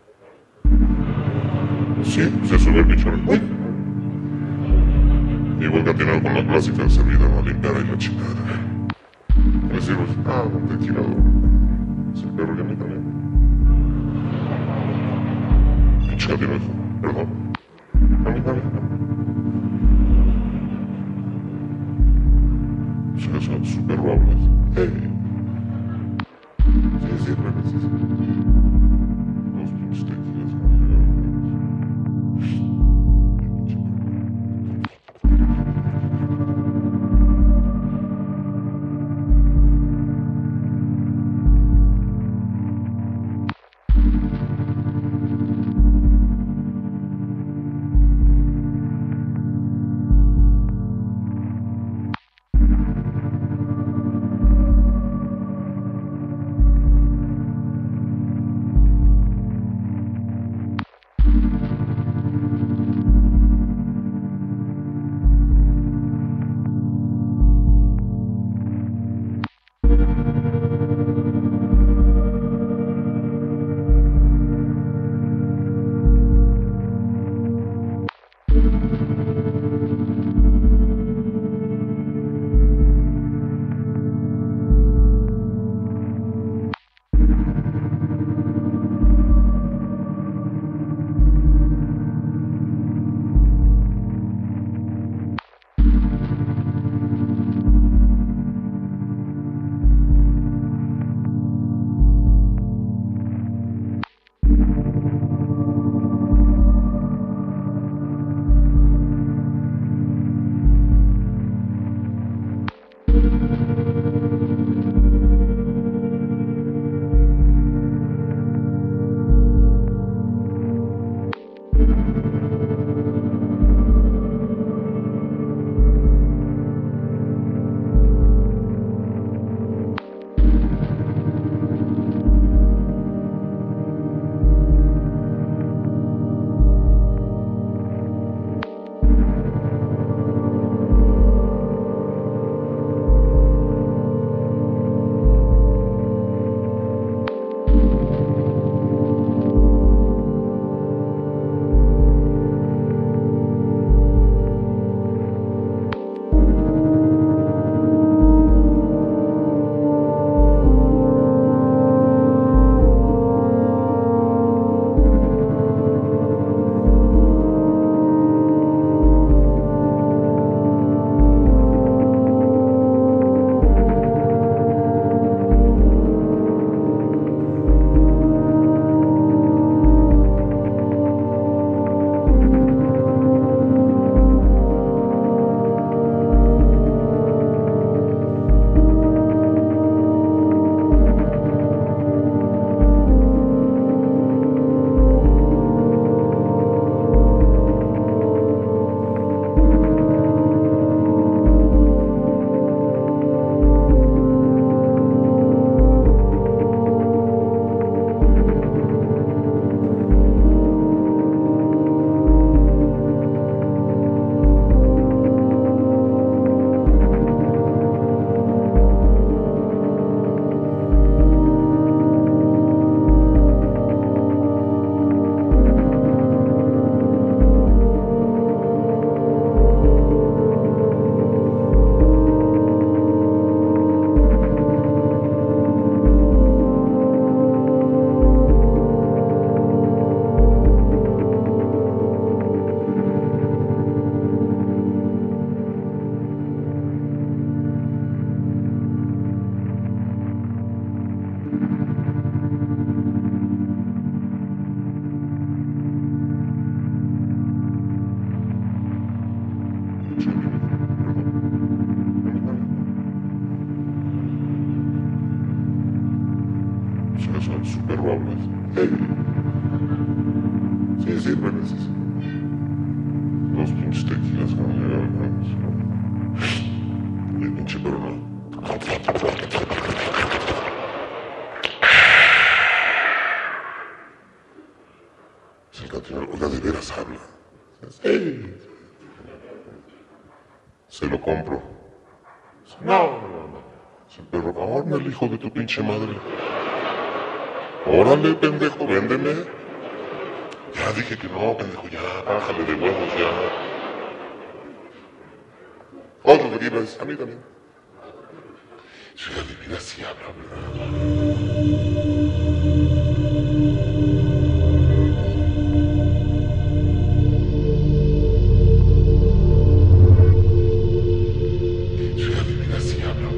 Sí, se sube el bicho. ¡Uy! Llegó el cantinero con la clásica servida, no limpiar y la chingada. Le sirvo, ah, un tequilador. Es el perro y a mí también. Pinche cantinero, perdón. A mí también. Si eso, su perro habla. Hey. Sí, sí, bueno, sí, sí. Dos pinches tequilas. Eso, su perro habla. Hey. Sí, sírvele. Dos pinches tequilas, no me hagan. El pinche perro no. Es el cantinero, oiga, de veras habla. Hey. Se lo compro. No, no, no. Es el perro, ahora el hijo de tu pinche madre. Órale, pendejo, véndeme. Ya dije que no, pendejo, ya, bájale de huevos, ya. Otro de vidas, a mí también. Ciudad de vida sí habla, Ciudad de vida sí habla,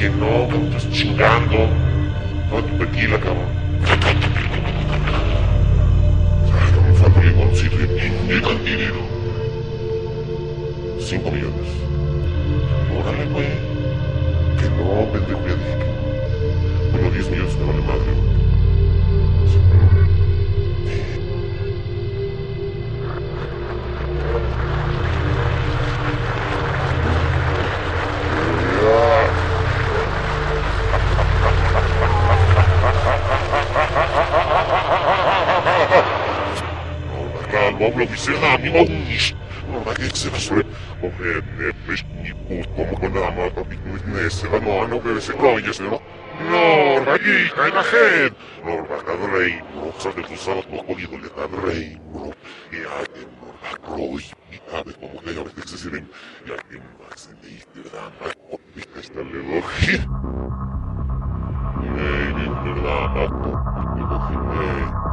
que no, que me estás chingando. No, tequila, cabrón. Ay, no me falta limoncito y y cantinero. Cinco millones. Órale, güey. Que no, pendejo, ya dije que... Bueno, diez millones me vale madre, güey. Lo visela mi ognisz. No tak jak się szły. Ohredne, pyszni, como con la mata, pitnutne, se va no, no, que se coye, se no. No, rayí, cae la gente. No, va a rey, bro, sal de tus sábados, no, colido, le da rey, bro. Y hay que, no, va, bro, y a ver, como que ya ves que se sirven. Y hay que, Max, en el verdad, Max, viste, está le doy. Ey, verdad, Max, le doy, ey.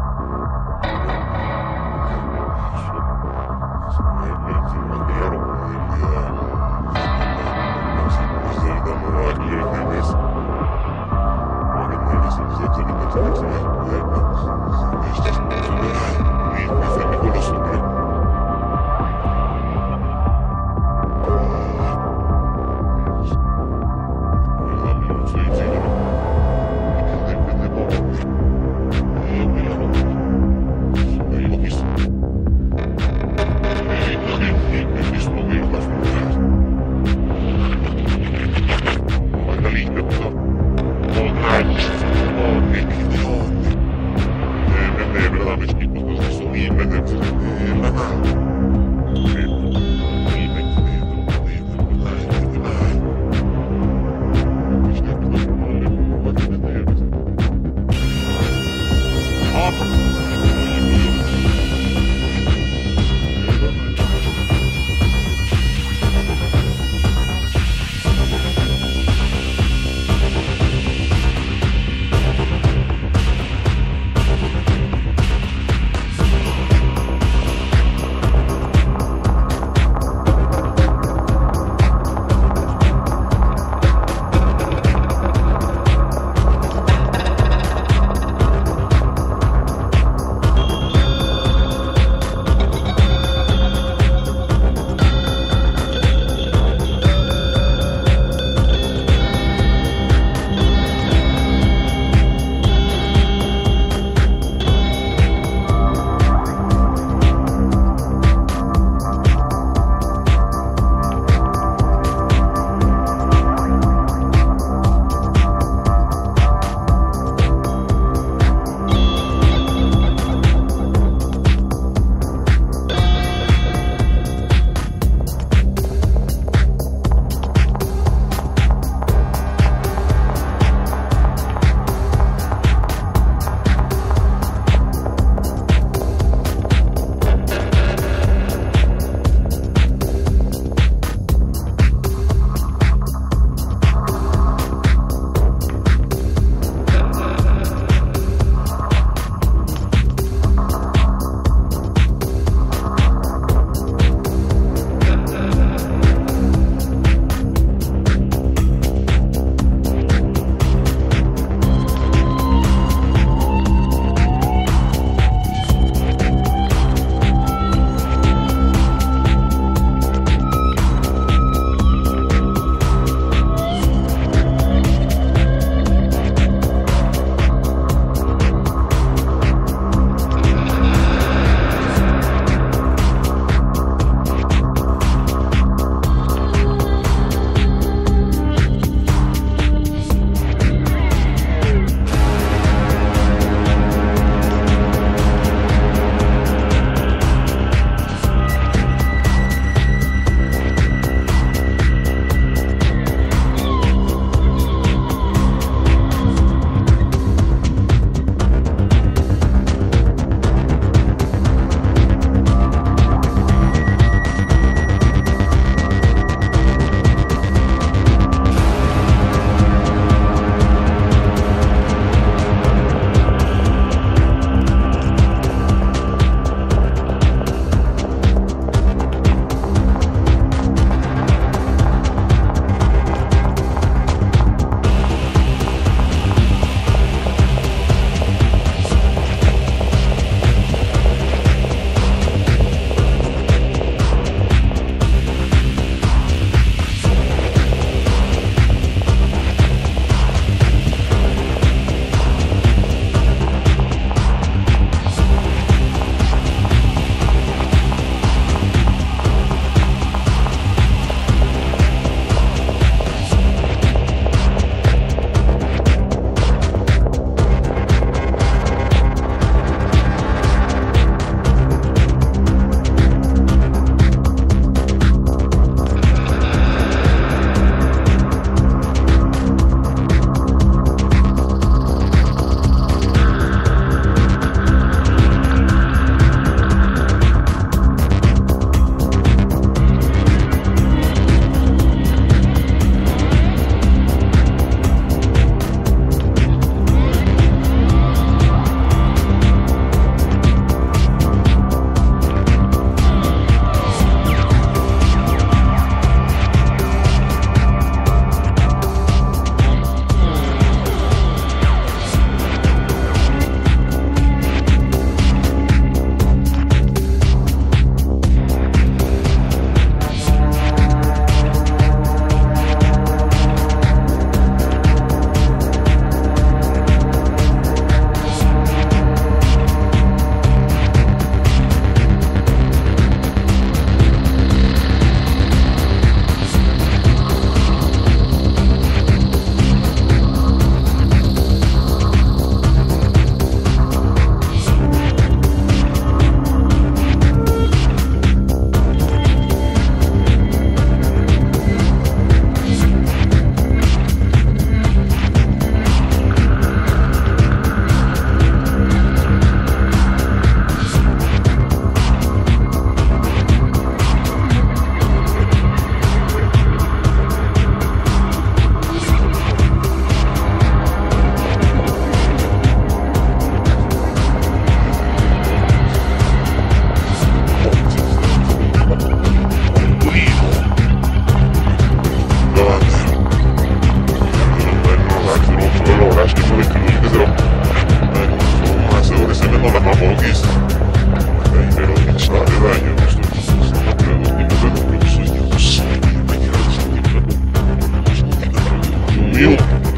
Hiu.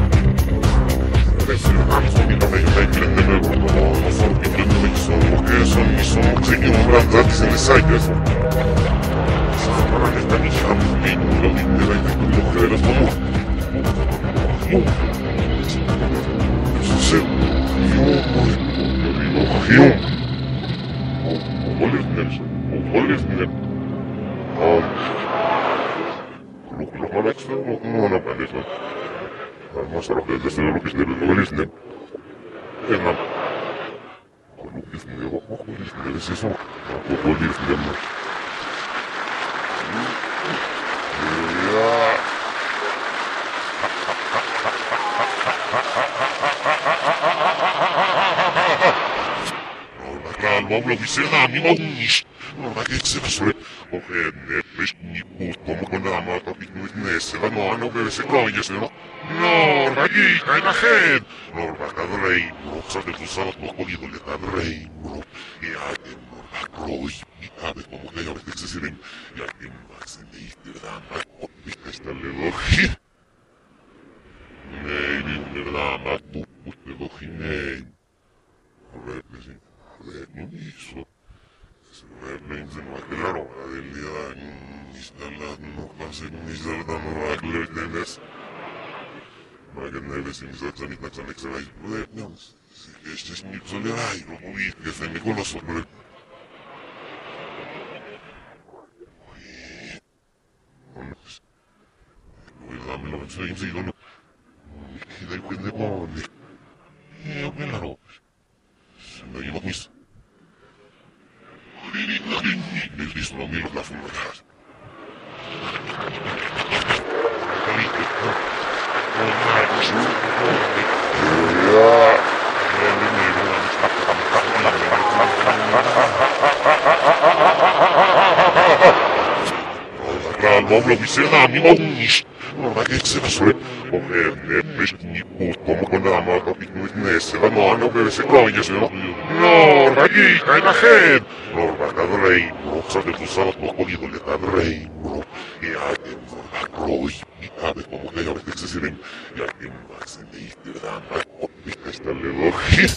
Porque son mis ojos y un gran gratis en ensayos. Para esta niña, mi lo dinero y lo que eres como. Se yo, Olivnes, Olivnes. Los malaxes no no aparecen. Además, a lo que desde lo que es de Olivnes. Es nada. Olivnes, Olivnes, es eso. Olivnes. Moblo Vicena, mi monish. No, ma che se va sole. O che ne pesni put como con la mata picnic se va no no bebe se coye se no. No, ragi, cae la head. No, va a rey. No, sa de tus sábados por colido le da rey. No, y a que no va roy. Y a ver como que ya ves que se sirven. Y a que más en el verdad, ma o viste esta le doji. Nei, verdad, ma tu le doji nei. A ver, pues sí. Eso se ve en claro del día instalar no pase ni salda no va a leer de mes va a tener sin salsa ni taxa extra y poder no este es mi soledad y lo muy que se me con los sobre oye dame lo que se dice no que da cuenta con eh claro se me lleva mis les listo lo mío la fumada. Al moblo Vicena, mi monish. No, ma che se va sole. O ne pesni put como con la mata picnic se va no no bebe se coye se no. No, ragi, cae la head. No, va a rey. No, sa de tus sábados por colido le da rey. No, y a que no va roy. Y a ver como que ya ves que se sirven. Y a que más en el verdad, ma o viste esta le doji.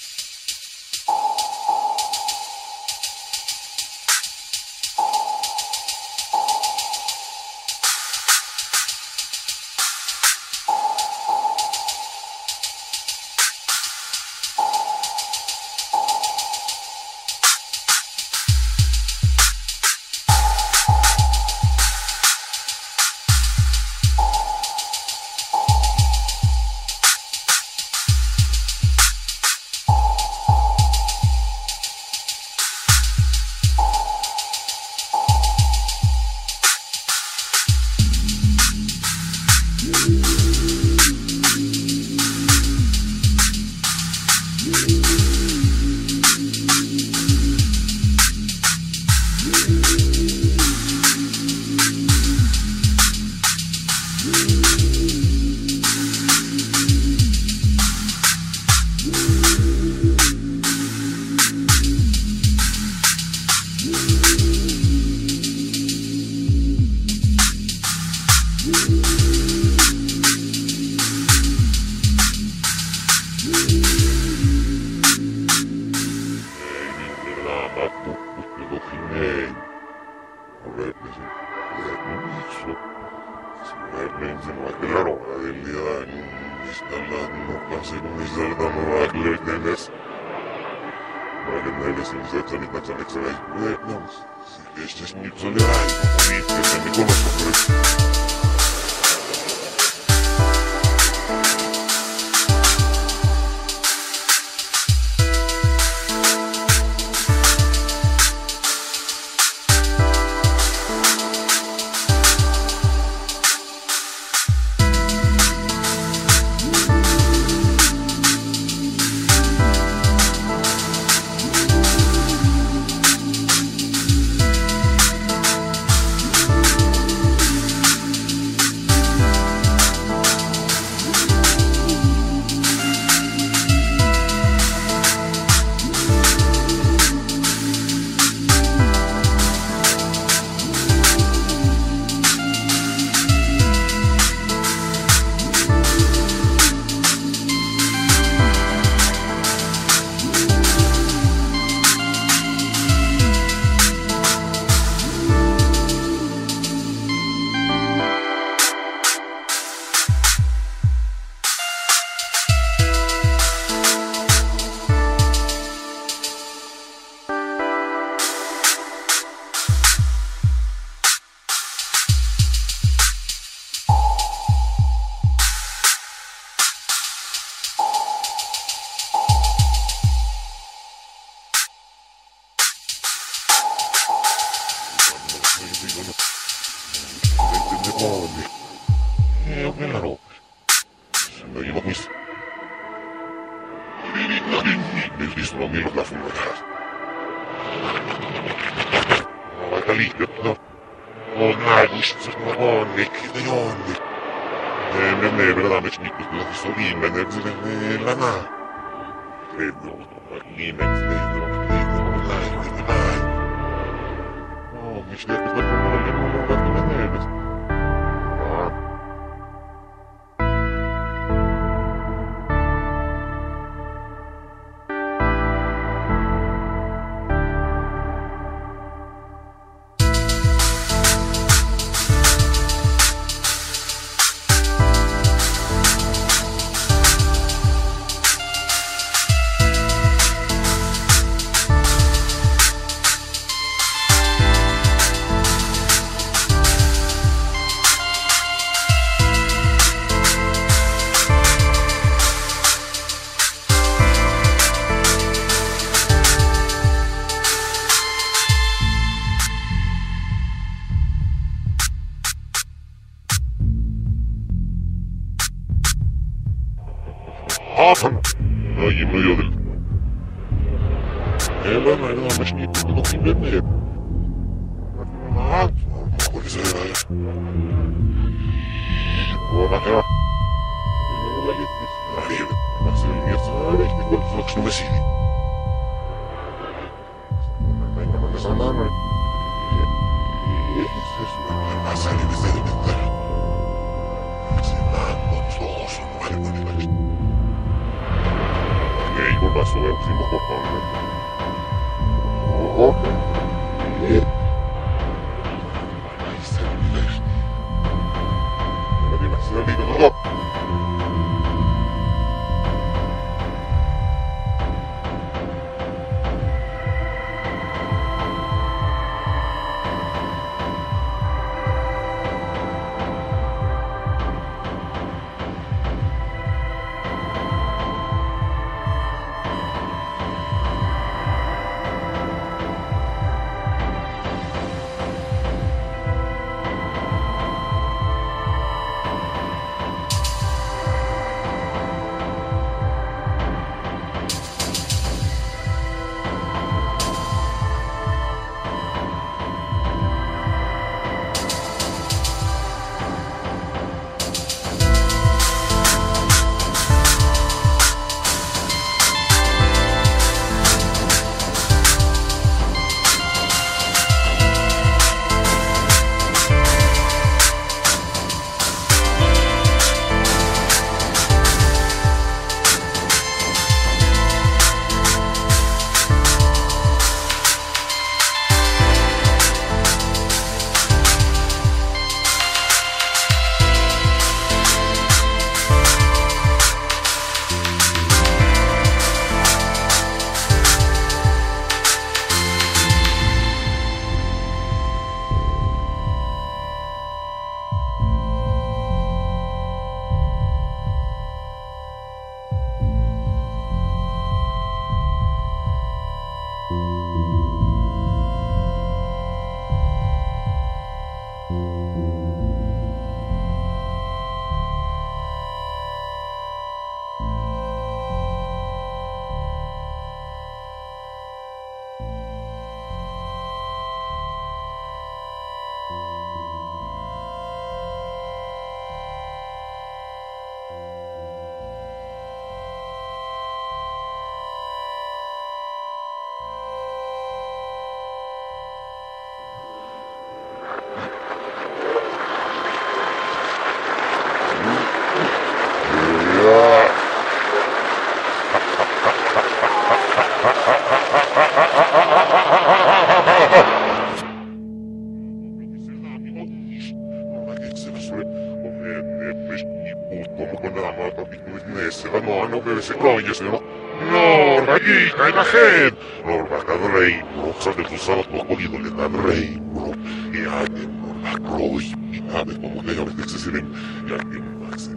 Este es mi soledad, y que se me conoce. Kristo on milloin läfulla tähän. Aika liikettä. On näin, mistä se on onnikki, ja onnikki. Ne ne ne vedetään miksi mikkusti lähtisi on viimeinen, se ne elämä. Ei ole viimeinen, se ei ole viimeinen, näin, näin, näin. No, miksi ehkä sitä on paljon, kun on lähtö mennä edestä. Haatan! No i no jodel. Ela no era mais ni tudo que bebe. Ah, coisa é. Ora é. Aí, mas ele me sabe que quando fox no mesili. Vai para essa mano. Isso é mas ali de ser de ter. Se não, todos não vale muito mais. Ei, kun taas ole yksin kokonaan. Oho. Ei. Ai se yleisesti. Mä tiedän, että siellä liikellä. Se cogliese, no? No, ragazzi, la gente! No, vaca rey, bro, sabes que usabas tu acolido, le dan rey, bro. Y hay que, bro, la croy, y nada, como que ya ves que se sirven, y hay que, Max,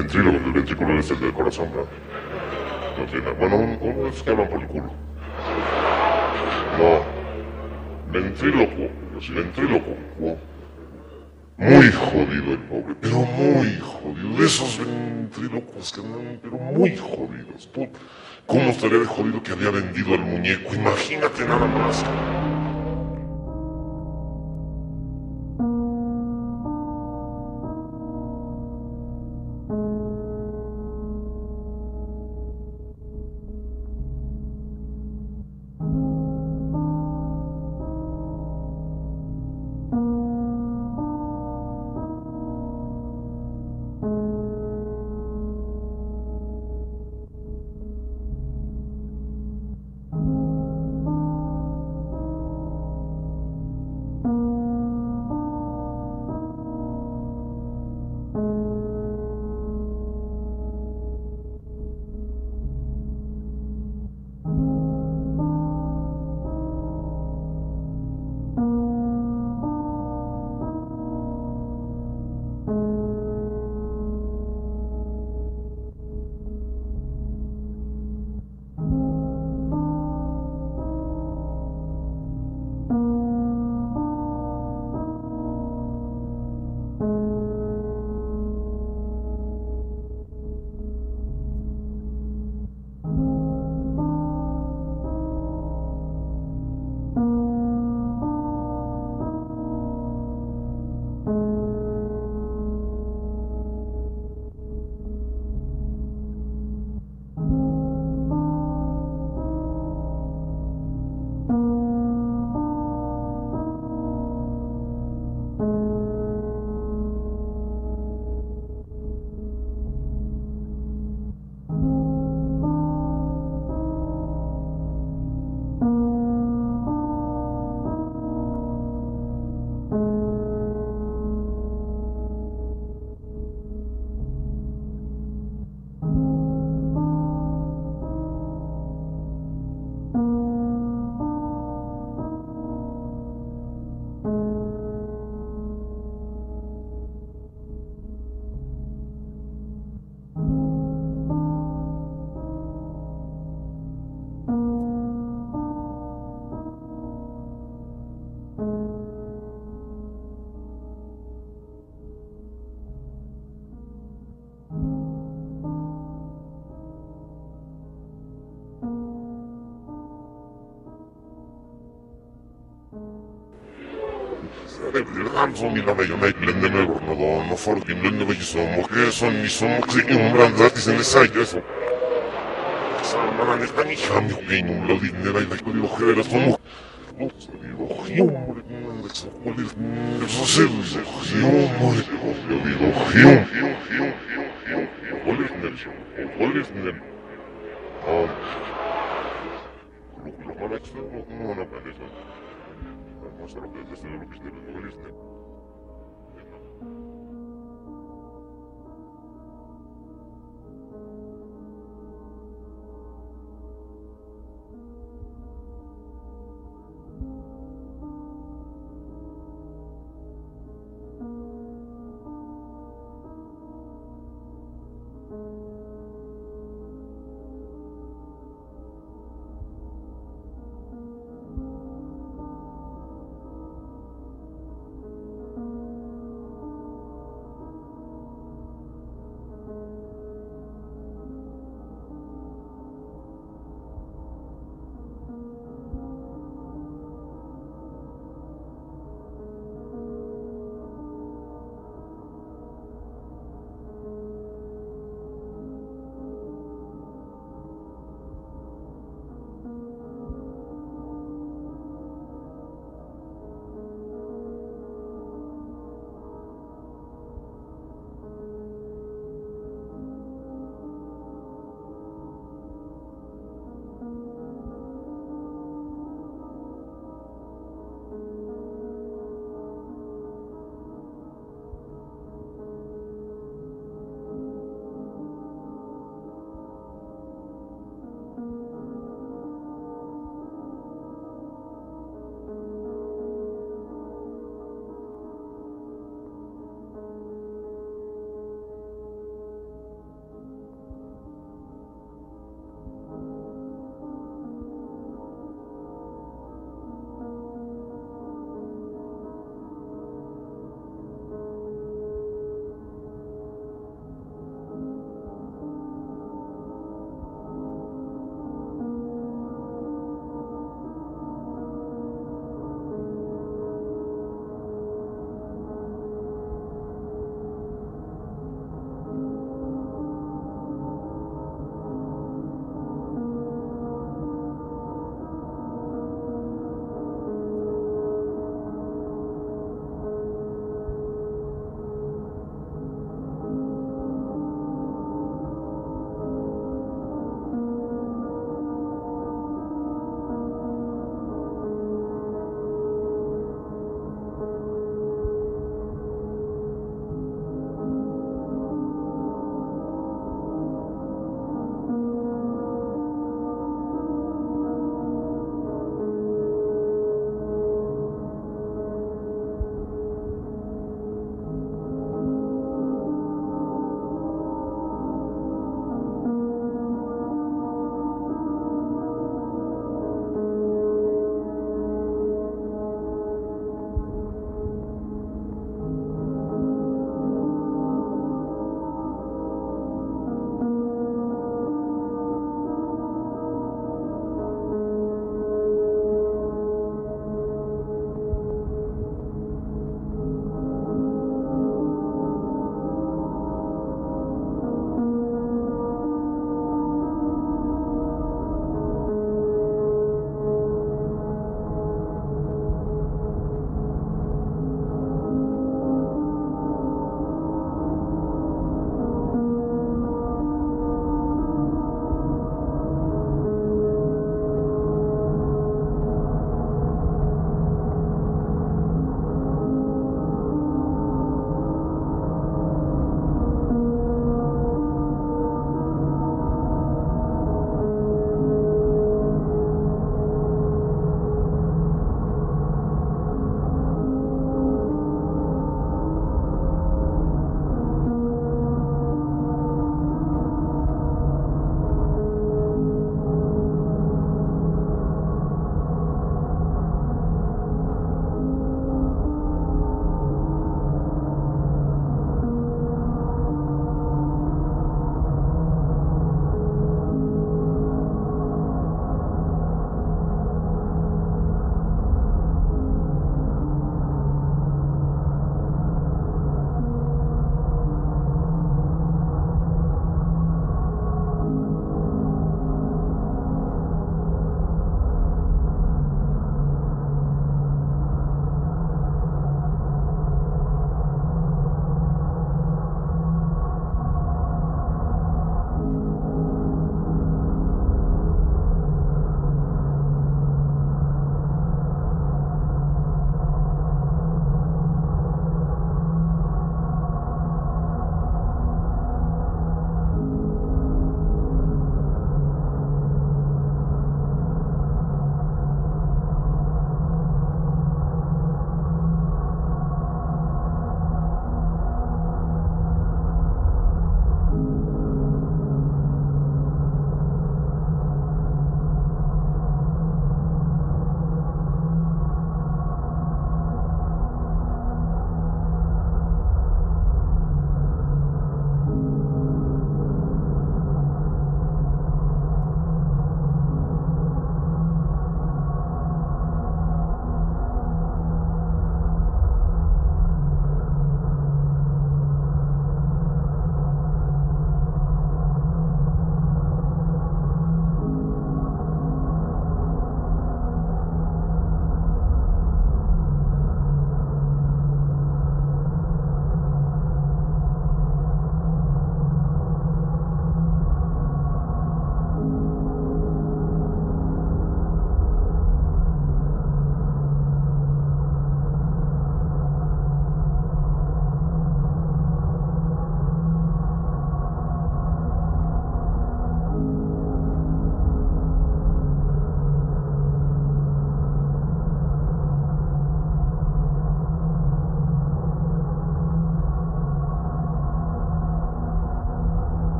ventrílogo, el ventrículo es el del corazón, ¿verdad? No tiene, bueno, un- uno es que hablan por el culo. No, ventrílocuo, yo soy ventrílocuo. Muy jodido el pobre, pero muy jodido. De esos ventrílocos que andan, pero muy jodidos. Put- ¿Cómo estaría de jodido que había vendido el muñeco? Imagínate nada más. Mina meio meio lende me gornodo no forti lende me somo che son mi somo che un branzati se ne sai eso. Samara ne sta mi chami che non lo dinne dai dai codigo che somo. Digo, humor, ¿cuál es? Eso sí, humor. Yo digo, hum. ¿Cuál es Nelson? ¿Cuál es Nelson? Ah, lo que lo van a hacer no van a aparecer. Vamos a lo que es desde lo que es de lo que es de.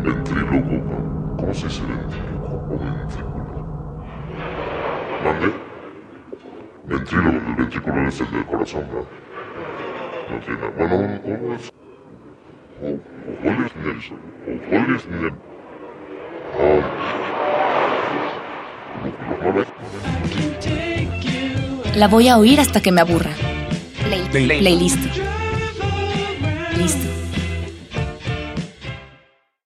Ventríloco. ¿Cómo se dice ventríloco o ventrículo? ¿Mande? Ventríloco, el ventrículo es el del corazón, ¿verdad? No tiene nada. Bueno, un, uno es... Ojoles Nelson. Ojoles Nelson. La voy a oír hasta que me aburra. Play, play, play listo. Listo.